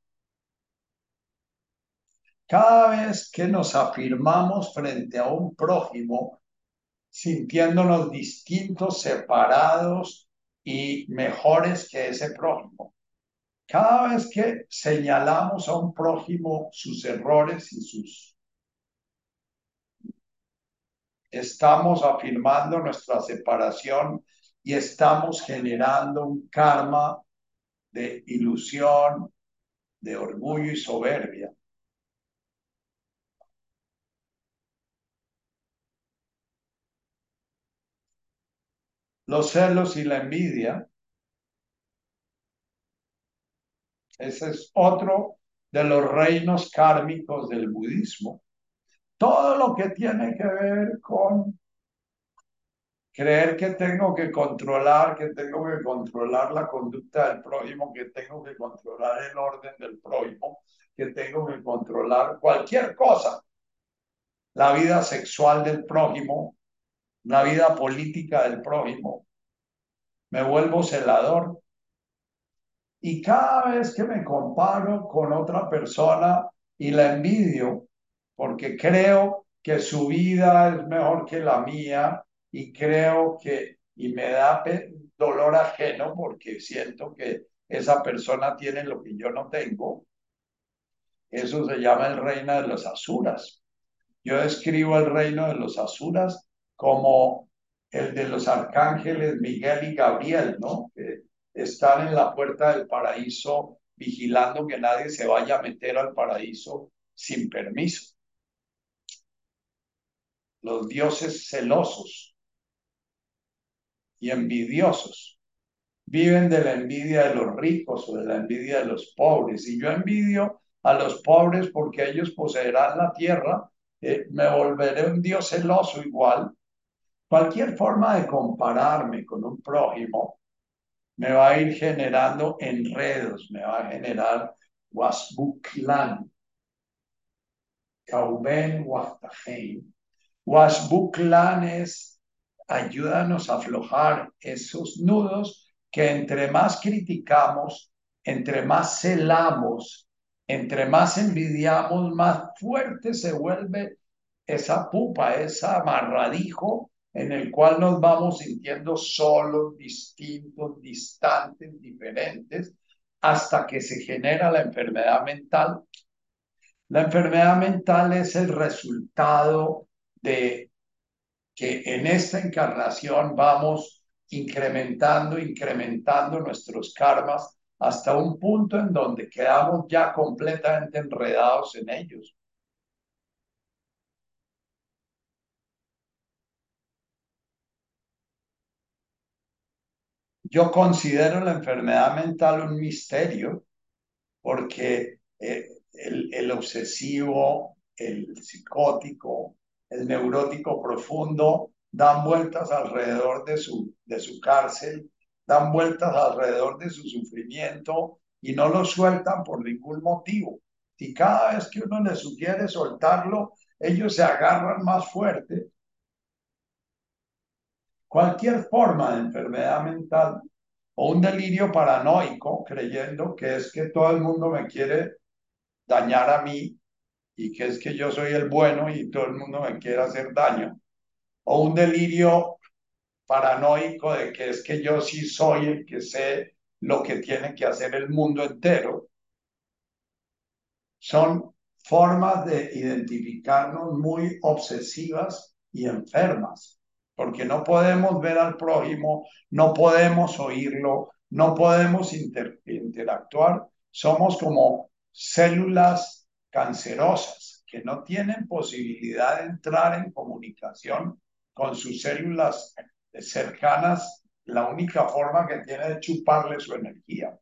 Cada vez que nos afirmamos frente a un prójimo, sintiéndonos distintos, separados y mejores que ese prójimo, cada vez que señalamos a un prójimo sus errores y estamos afirmando nuestra separación y estamos generando un karma de ilusión, de orgullo y soberbia. Los celos y la envidia, ese es otro de los reinos kármicos del budismo. Todo lo que tiene que ver con creer que tengo que controlar la conducta del prójimo, que tengo que controlar el orden del prójimo, que tengo que controlar cualquier cosa. la vida sexual del prójimo, la vida política del prójimo, me vuelvo celador y cada vez que me comparo con otra persona y la envidio, porque creo que su vida es mejor que la mía y creo que, y me da dolor ajeno porque siento que esa persona tiene lo que yo no tengo, eso se llama el reino de los asuras. Yo describo el reino de los asuras como el de los arcángeles Miguel y Gabriel, ¿no? Que están en la puerta del paraíso vigilando que nadie se vaya a meter al paraíso sin permiso. Los dioses celosos y envidiosos viven de la envidia de los ricos o de la envidia de los pobres. Y yo envidio a los pobres porque ellos poseerán la tierra, me volveré un dios celoso igual. Cualquier forma de compararme con un prójimo me va a ir generando enredos, me va a generar Wasbuklan, Kauben Waftaheim. Wasbuklan es ayúdanos a aflojar esos nudos que entre más criticamos, entre más celamos, entre más envidiamos, más fuerte se vuelve esa pupa, ese amarradijo en el cual nos vamos sintiendo solos, distintos, distantes, diferentes, hasta que se genera la enfermedad mental. La enfermedad mental es el resultado de que en esta encarnación vamos incrementando nuestros karmas hasta un punto en donde quedamos ya completamente enredados en ellos. Yo considero la enfermedad mental un misterio porque el obsesivo, el psicótico, el neurótico profundo dan vueltas alrededor de su cárcel, dan vueltas alrededor de su sufrimiento y no lo sueltan por ningún motivo. Y cada vez que uno les sugiere soltarlo, ellos se agarran más fuerte. Cualquier forma de enfermedad mental o un delirio paranoico creyendo que es que todo el mundo me quiere dañar a mí y que es que yo soy el bueno y todo el mundo me quiere hacer daño. O un delirio paranoico de que es que yo sí soy el que sé lo que tiene que hacer el mundo entero. Son formas de identificarnos muy obsesivas y enfermas, porque no podemos ver al prójimo, no podemos oírlo, no podemos interactuar. Somos como células cancerosas que no tienen posibilidad de entrar en comunicación con sus células cercanas. La única forma que tiene de chuparle su energía.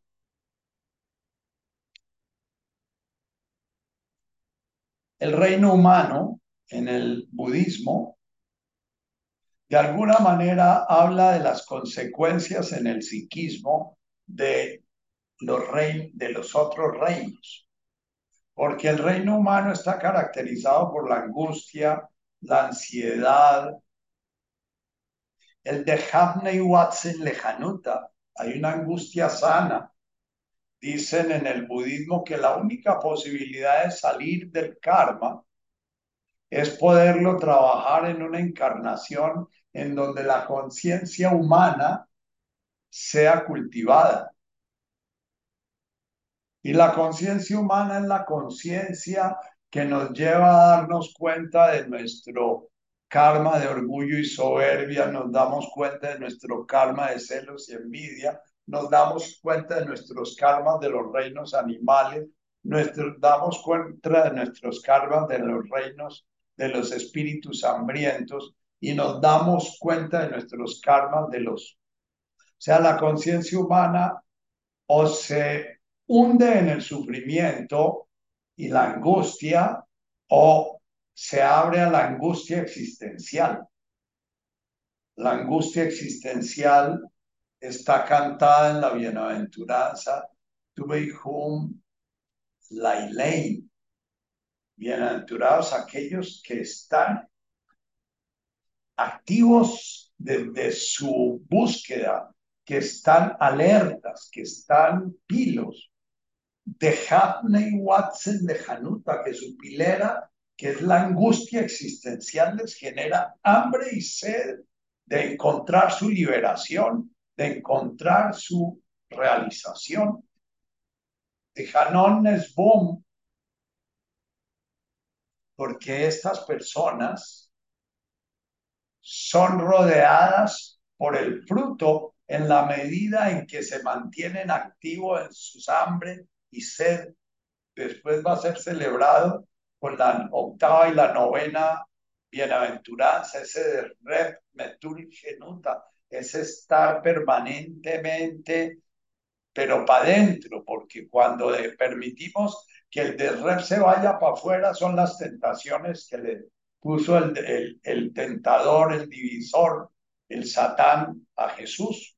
El reino humano en el budismo de alguna manera habla de las consecuencias en el psiquismo de de los otros reinos, porque el reino humano está caracterizado por la angustia, la ansiedad, el de Havnei Watsen Lejanuta, hay una angustia sana. Dicen en el budismo que la única posibilidad de salir del karma es poderlo trabajar en una encarnación en donde la conciencia humana sea cultivada. Y la conciencia humana es la conciencia que nos lleva a darnos cuenta de nuestro karma de orgullo y soberbia, nos damos cuenta de nuestro karma de celos y envidia, nos damos cuenta de nuestros karmas de los reinos animales, damos cuenta de nuestros karmas de los reinos de los espíritus hambrientos y nos damos cuenta de nuestros karmas de los... O sea, la conciencia humana o se hunde en el sufrimiento y la angustia o se abre a la angustia existencial. La angustia existencial está cantada en la bienaventuranza Tuveihum Lailein, Bienaventurados aquellos que están activos desde su búsqueda, que están alertas, que están pilos. De Hapney Watson de Hanuta, que su pilera, que es la angustia existencial, les genera hambre y sed de encontrar su liberación, de encontrar su realización. De Hanon Nesbom, porque estas personas son rodeadas por el fruto en la medida en que se mantienen activos en sus hambre y sed. Después va a ser celebrado con la octava y la novena bienaventuranza, ese de Rep Metur Genuta, ese estar permanentemente, pero para adentro, porque cuando permitimos que el de Rep se vaya para afuera, son las tentaciones que le puso el tentador, el divisor, el Satán a Jesús.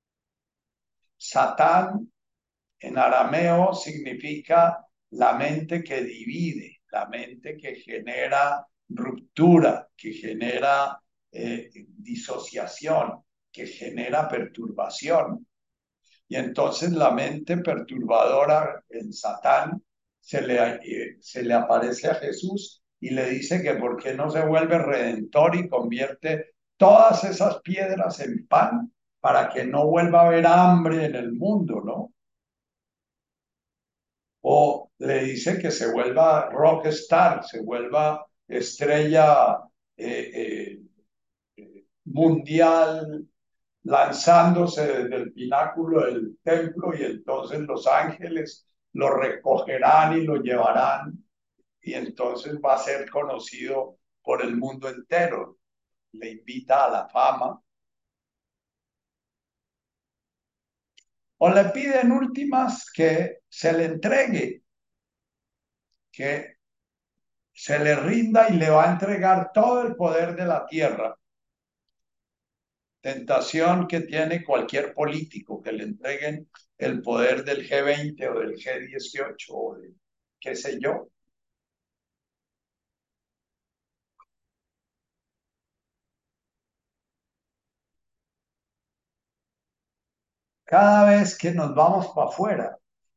Satán en arameo significa la mente que divide, la mente que genera ruptura, que genera disociación, que genera perturbación. Y entonces la mente perturbadora en Satán se le aparece a Jesús y le dice que por qué no se vuelve redentor y convierte todas esas piedras en pan para que no vuelva a haber hambre en el mundo, ¿no? O le dice que se vuelva rockstar, se vuelva estrella mundial, lanzándose desde el pináculo del templo y entonces los ángeles lo recogerán y lo llevarán y entonces va a ser conocido por el mundo entero. Le invita a la fama o le piden últimas que se le entregue, que se le rinda y le va a entregar todo el poder de la tierra. Tentación que tiene cualquier político, que le entreguen el poder del G20 o del G18 o de qué sé yo. Cada vez que nos vamos para afuera,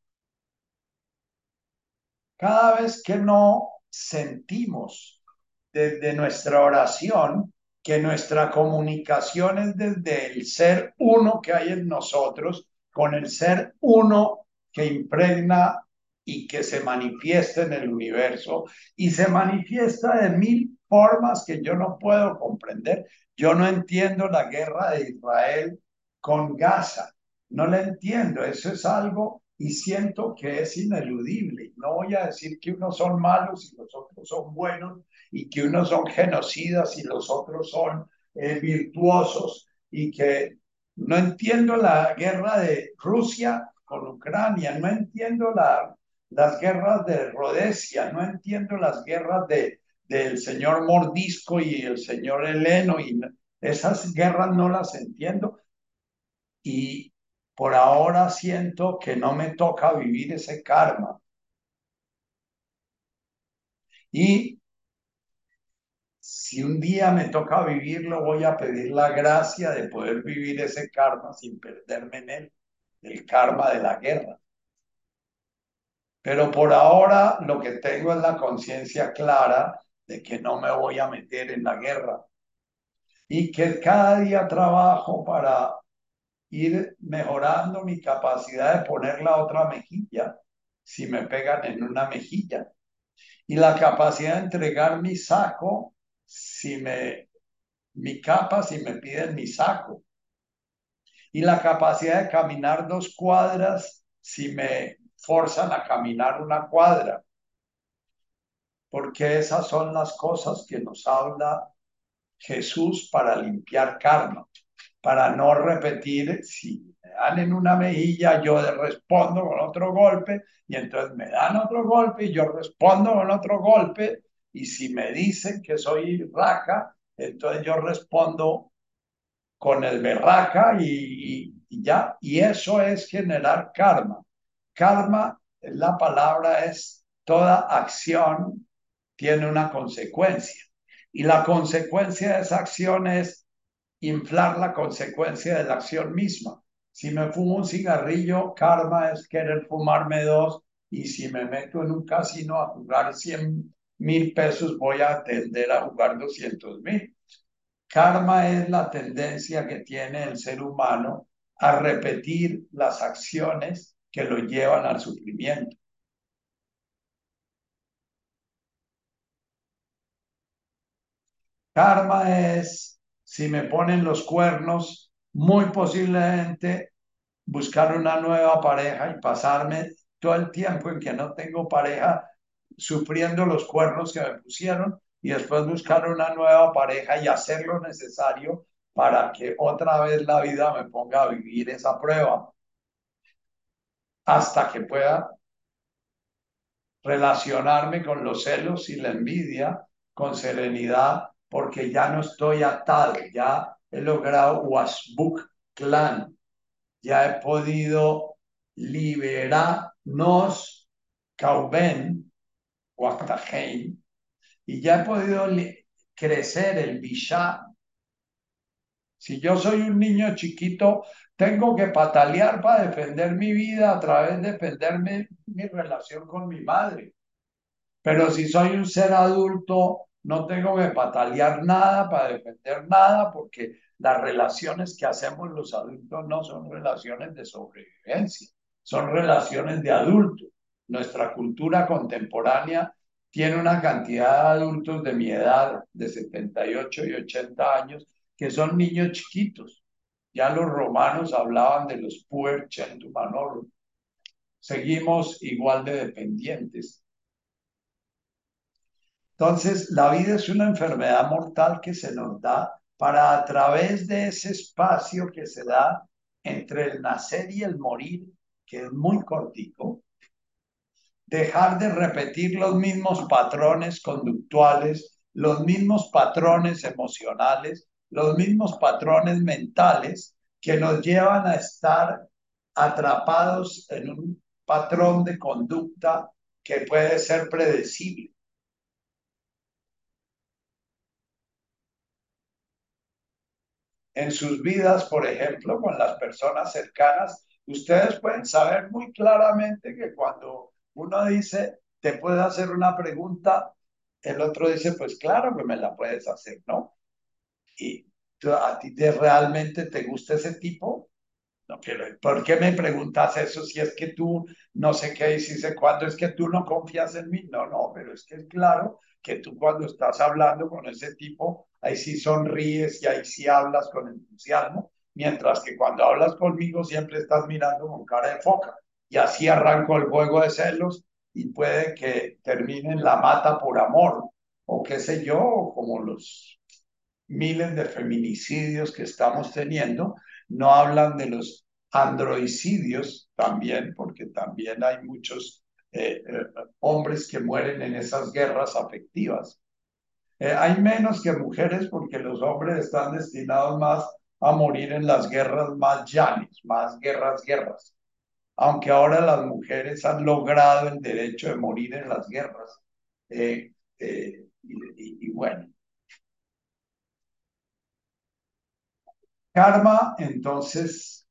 cada vez que no sentimos desde nuestra oración que nuestra comunicación es desde el ser uno que hay en nosotros, con el ser uno que impregna y que se manifiesta en el universo y se manifiesta de mil formas que yo no puedo comprender. Yo no entiendo la guerra de Israel con Gaza, no la entiendo, eso es algo y siento que es ineludible. No voy a decir que unos son malos y los otros son buenos, y que unos son genocidas y los otros son virtuosos, y que no entiendo la guerra de Rusia con Ucrania, no entiendo las guerras de Rhodesia, no entiendo las guerras del señor Mordisco y el señor Heleno, y esas guerras no las entiendo, y por ahora siento que no me toca vivir ese karma. Y si un día me toca vivirlo, voy a pedir la gracia de poder vivir ese karma sin perderme en él, el karma de la guerra. Pero por ahora lo que tengo es la conciencia clara de que no me voy a meter en la guerra y que cada día trabajo para ir mejorando mi capacidad de poner la otra mejilla si me pegan en una mejilla y la capacidad de entregar mi saco si mi capa si me piden mi saco y la capacidad de caminar 2 cuadras si me forzan a caminar una cuadra, porque esas son las cosas que nos habla Jesús para limpiar karma, para no repetir, si me dan en una mejilla, yo respondo con otro golpe, y entonces me dan otro golpe y yo respondo con otro golpe, y si me dicen que soy raca, entonces yo respondo con el berraca y ya, y eso es generar karma. Karma, la palabra es toda acción tiene una consecuencia. Y la consecuencia de esa acción es inflar la consecuencia de la acción misma. Si me fumo un cigarrillo, karma es querer fumarme dos. Y si me meto en un casino a jugar 100.000 pesos, voy a tender a jugar 200.000. Karma es la tendencia que tiene el ser humano a repetir las acciones que lo llevan al sufrimiento. Karma es, si me ponen los cuernos, muy posiblemente buscar una nueva pareja y pasarme todo el tiempo en que no tengo pareja sufriendo los cuernos que me pusieron y después buscar una nueva pareja y hacer lo necesario para que otra vez la vida me ponga a vivir esa prueba hasta que pueda relacionarme con los celos y la envidia con serenidad, porque ya no estoy atado, ya he logrado Wasbuk Clan, ya he podido liberarnos Kauben, Waktaheim, y ya he podido crecer el Bishá. Si yo soy un niño chiquito, tengo que patalear para defender mi vida a través de defenderme mi relación con mi madre. Pero si soy un ser adulto, no tengo que patalear nada para defender nada, porque las relaciones que hacemos los adultos no son relaciones de sobrevivencia, son relaciones de adultos. Nuestra cultura contemporánea tiene una cantidad de adultos de mi edad, de 78 y 80 años, que son niños chiquitos. Ya los romanos hablaban de los puer centum manorum. Seguimos igual de dependientes. Entonces, la vida es una enfermedad mortal que se nos da para a través de ese espacio que se da entre el nacer y el morir, que es muy cortico, dejar de repetir los mismos patrones conductuales, los mismos patrones emocionales, los mismos patrones mentales que nos llevan a estar atrapados en un patrón de conducta que puede ser predecible. En sus vidas, por ejemplo, con las personas cercanas, ustedes pueden saber muy claramente que cuando uno dice, te puedo hacer una pregunta, el otro dice, pues claro que me la puedes hacer, ¿no? Y a ti realmente te gusta ese tipo. No quiero, ¿por qué me preguntas eso si es que tú no sé qué hiciste cuando es que tú no confías en mí? No, no, pero es que es claro que tú cuando estás hablando con ese tipo, ahí sí sonríes y ahí sí hablas con entusiasmo, mientras que cuando hablas conmigo siempre estás mirando con cara de foca. Y así arranco el juego de celos y puede que termine en la mata por amor o qué sé yo, o como los miles de feminicidios que estamos teniendo, no hablan de los androicidios también, porque también hay muchos hombres que mueren en esas guerras afectivas. Hay menos que mujeres porque los hombres están destinados más a morir en las guerras más llanas, más guerras. Aunque ahora las mujeres han logrado el derecho de morir en las guerras. Y bueno, karma, entonces,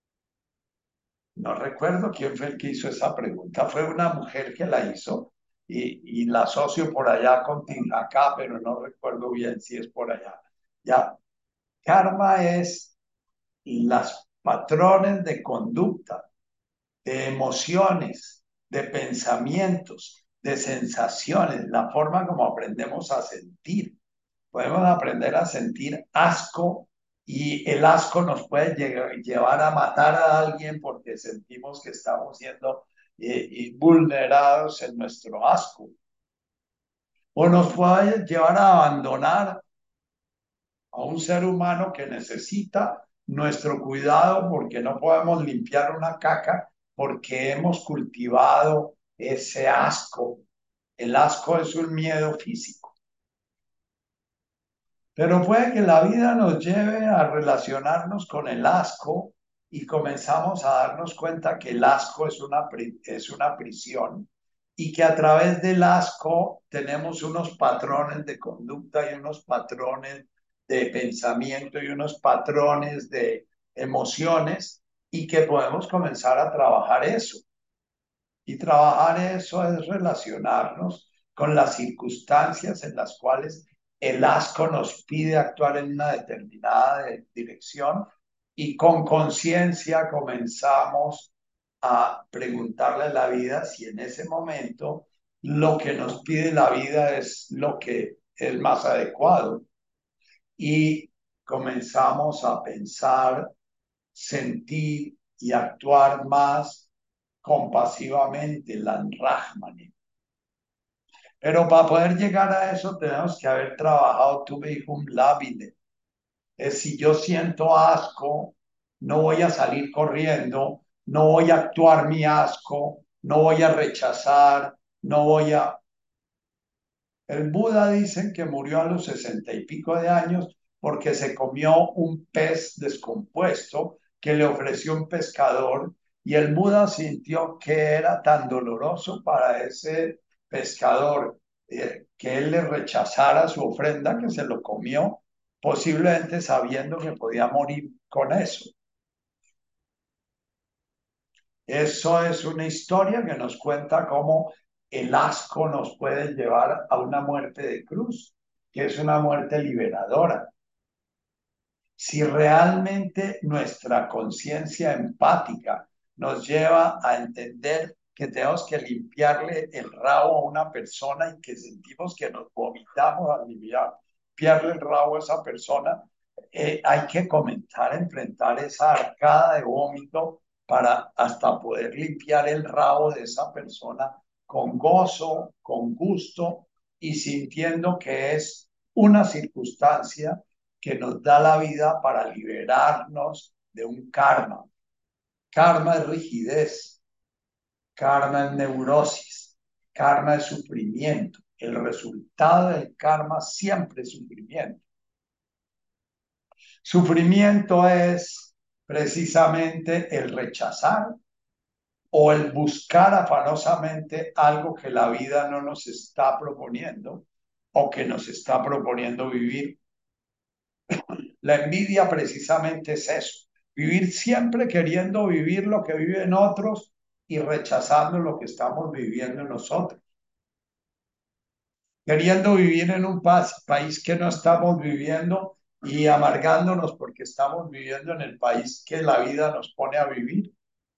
no recuerdo quién fue el que hizo esa pregunta, fue una mujer que la hizo y la asocio por allá con Tinjacá, pero no recuerdo bien si es por allá. Ya, karma es los patrones de conducta, de emociones, de pensamientos, de sensaciones, la forma como aprendemos a sentir. Podemos aprender a sentir asco y el asco nos puede llevar a matar a alguien porque sentimos que estamos siendo vulnerados en nuestro asco. O nos puede llevar a abandonar a un ser humano que necesita nuestro cuidado porque no podemos limpiar una caca porque hemos cultivado ese asco. El asco es un miedo físico. Pero puede que la vida nos lleve a relacionarnos con el asco y comenzamos a darnos cuenta que el asco es una prisión y que a través del asco tenemos unos patrones de conducta y unos patrones de pensamiento y unos patrones de emociones y que podemos comenzar a trabajar eso. Y trabajar eso es relacionarnos con las circunstancias en las cuales el asco nos pide actuar en una determinada dirección y con conciencia comenzamos a preguntarle a la vida si en ese momento lo que nos pide la vida es lo que es más adecuado. Y comenzamos a pensar, sentir y actuar más compasivamente, la Rahmani. Pero para poder llegar a eso tenemos que haber trabajado tu Hum Labile. Es si yo siento asco, no voy a salir corriendo, no voy a actuar mi asco, no voy a rechazar, no voy a... El Buda dicen que murió a los 60 y pico de años porque se comió un pez descompuesto que le ofreció un pescador y el Buda sintió que era tan doloroso para ese pescador que él le rechazara su ofrenda que se lo comió, posiblemente sabiendo que podía morir con eso. Eso es una historia que nos cuenta cómo el asco nos puede llevar a una muerte de cruz, que es una muerte liberadora. Si realmente nuestra conciencia empática nos lleva a entender que tenemos que limpiarle el rabo a una persona y que sentimos que nos vomitamos al limpiarle el rabo a esa persona, hay que comenzar a enfrentar esa arcada de vómito para hasta poder limpiar el rabo de esa persona con gozo, con gusto y sintiendo que es una circunstancia que nos da la vida para liberarnos de un karma. Karma es rigidez, karma es neurosis, karma es sufrimiento. El resultado del karma siempre es sufrimiento. Sufrimiento es precisamente el rechazar o el buscar afanosamente algo que la vida no nos está proponiendo o que nos está proponiendo vivir. La envidia precisamente es eso, vivir siempre queriendo vivir lo que viven otros y rechazando lo que estamos viviendo nosotros, queriendo vivir en un país que no estamos viviendo y amargándonos porque estamos viviendo en el país que la vida nos pone a vivir,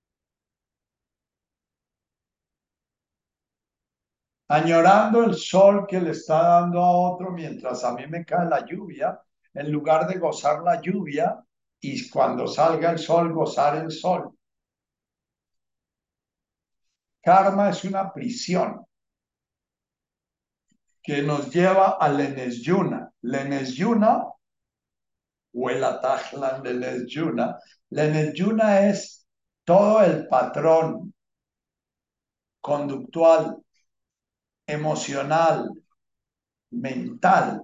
añorando el sol que le está dando a otro mientras a mí me cae la lluvia, en lugar de gozar la lluvia y cuando salga el sol, gozar el sol. Karma es una prisión que nos lleva a Lenesyuna. Lenesyuna o el Atajlan de Lenesyuna. Lenesyuna es todo el patrón conductual, emocional, mental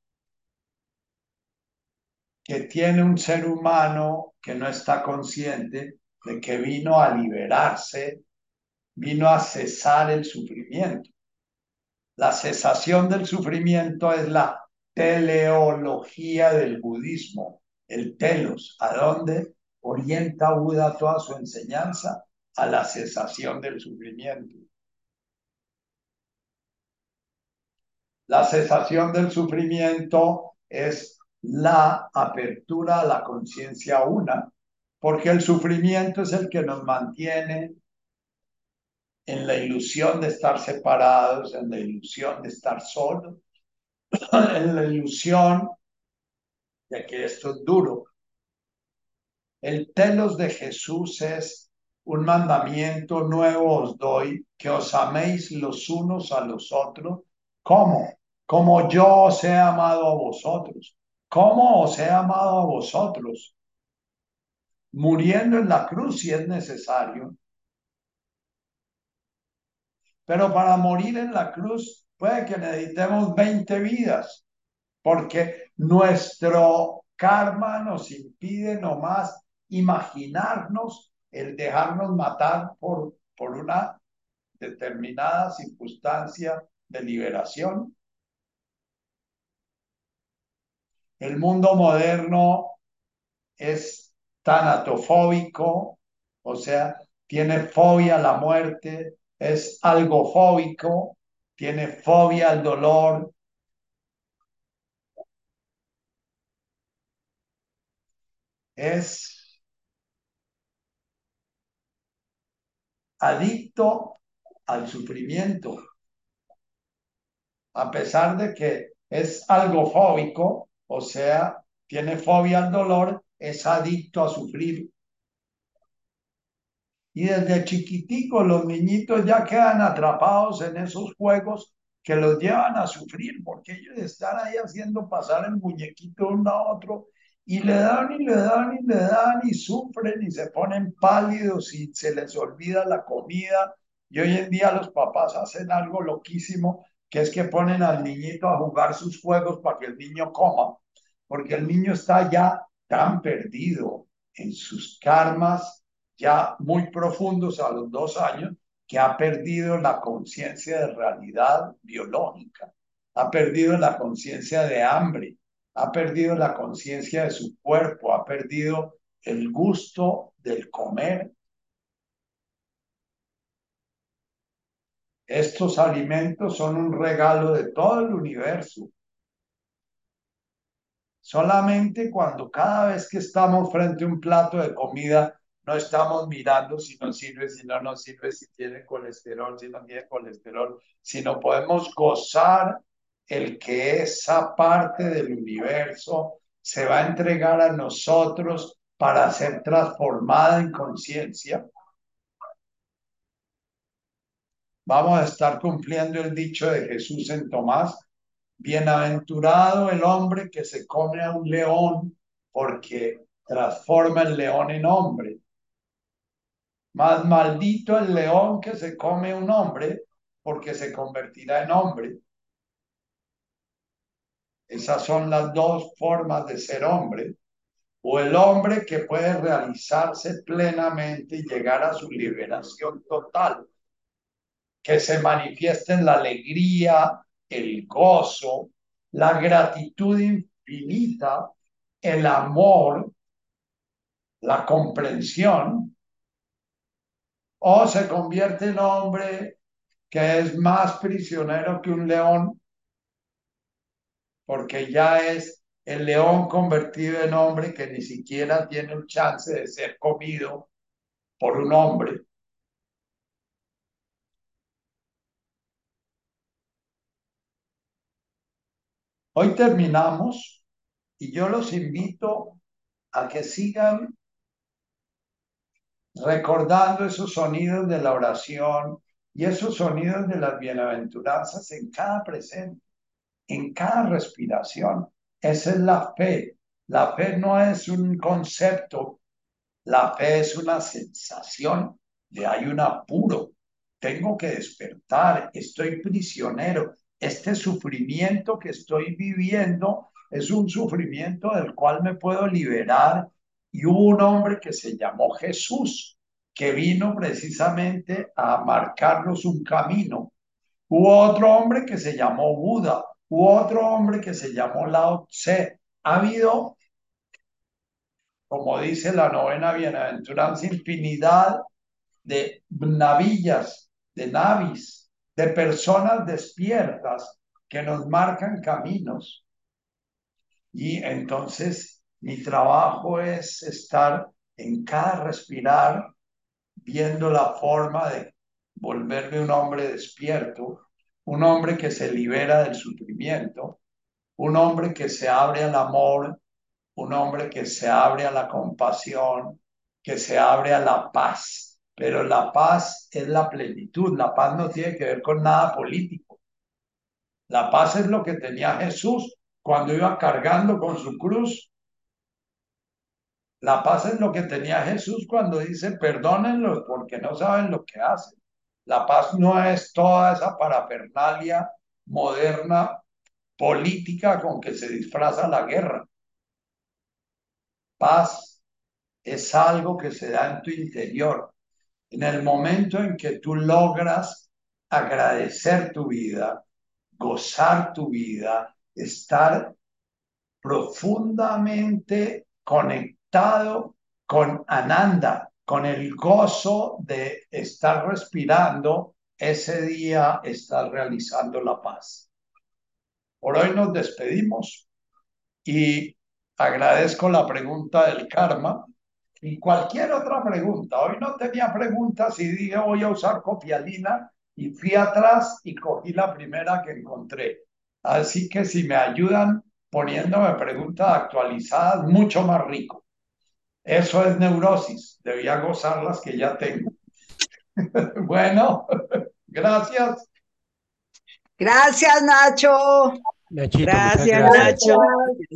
que tiene un ser humano que no está consciente de que vino a liberarse, vino a cesar el sufrimiento. La cesación del sufrimiento es la teleología del budismo, el telos, a dónde orienta Buda toda su enseñanza, a la cesación del sufrimiento. La cesación del sufrimiento es la apertura a la conciencia una, porque el sufrimiento es el que nos mantiene en la ilusión de estar separados, en la ilusión de estar solos, en la ilusión de que esto es duro. El telos de Jesús es un mandamiento nuevo os doy, que os améis los unos a los otros. ¿Cómo? Como yo os he amado a vosotros. ¿Cómo os he amado a vosotros? Muriendo en la cruz si es necesario. Pero para morir en la cruz puede que necesitemos 20 vidas, porque nuestro karma nos impide nomás imaginarnos el dejarnos matar por una determinada circunstancia de liberación. El mundo moderno es tanatofóbico, o sea, tiene fobia a la muerte, es algofóbico, tiene fobia al dolor, es adicto al sufrimiento, a pesar de que es algofóbico, o sea, tiene fobia al dolor, es adicto a sufrir. Y desde chiquiticos los niñitos ya quedan atrapados en esos juegos que los llevan a sufrir, porque ellos están ahí haciendo pasar el muñequito de uno a otro y le dan y le dan y le dan y sufren y se ponen pálidos y se les olvida la comida. Y hoy en día los papás hacen algo loquísimo, que es que ponen al niñito a jugar sus juegos para que el niño coma, porque el niño está ya tan perdido en sus karmas ya muy profundos a los 2 años, que ha perdido la conciencia de realidad biológica, ha perdido la conciencia de hambre, ha perdido la conciencia de su cuerpo, ha perdido el gusto del comer. Estos alimentos son un regalo de todo el universo. Solamente cuando cada vez que estamos frente a un plato de comida, no estamos mirando si nos sirve, si no nos sirve, si tiene colesterol, si no tiene colesterol, sino podemos gozar el que esa parte del universo se va a entregar a nosotros para ser transformada en conciencia. Vamos a estar cumpliendo el dicho de Jesús en Tomás: bienaventurado el hombre que se come a un león, porque transforma el león en hombre. Más maldito el león que se come un hombre, porque se convertirá en hombre. Esas son las dos formas de ser hombre. O el hombre que puede realizarse plenamente y llegar a su liberación total, que se manifiesta en la alegría, el gozo, la gratitud infinita, el amor, la comprensión, o se convierte en hombre que es más prisionero que un león, porque ya es el león convertido en hombre que ni siquiera tiene un chance de ser comido por un hombre. Hoy terminamos y yo los invito a que sigan recordando esos sonidos de la oración y esos sonidos de las bienaventuranzas en cada presente, en cada respiración. Esa es la fe. La fe no es un concepto, la fe es una sensación de hay un apuro, tengo que despertar, estoy prisionero. Este sufrimiento que estoy viviendo es un sufrimiento del cual me puedo liberar. Y hubo un hombre que se llamó Jesús, que vino precisamente a marcarnos un camino. Hubo otro hombre que se llamó Buda, hubo otro hombre que se llamó Lao Tse. Ha habido, como dice la novena bienaventuranza, infinidad de navillas, de navis, de personas despiertas que nos marcan caminos. Y entonces mi trabajo es estar en cada respirar viendo la forma de volverme un hombre despierto, un hombre que se libera del sufrimiento, un hombre que se abre al amor, un hombre que se abre a la compasión, que se abre a la paz. Pero la paz es la plenitud, la paz no tiene que ver con nada político. La paz es lo que tenía Jesús cuando iba cargando con su cruz. La paz es lo que tenía Jesús cuando dice, perdónenlos porque no saben lo que hacen. La paz no es toda esa parafernalia moderna política con que se disfraza la guerra. Paz es algo que se da en tu interior. En el momento en que tú logras agradecer tu vida, gozar tu vida, estar profundamente conectado con Ananda, con el gozo de estar respirando ese día, estar realizando la paz. Por hoy nos despedimos y agradezco la pregunta del karma y cualquier otra pregunta. Hoy no tenía preguntas y dije voy a usar copialina y fui atrás y cogí la primera que encontré. Así que si me ayudan poniéndome preguntas actualizadas, mucho más rico. Eso es neurosis. Debía gozar las que ya tengo. Bueno, gracias. Gracias, Nacho. Nachito, muchas Gracias, gracias. Nacho. Gracias.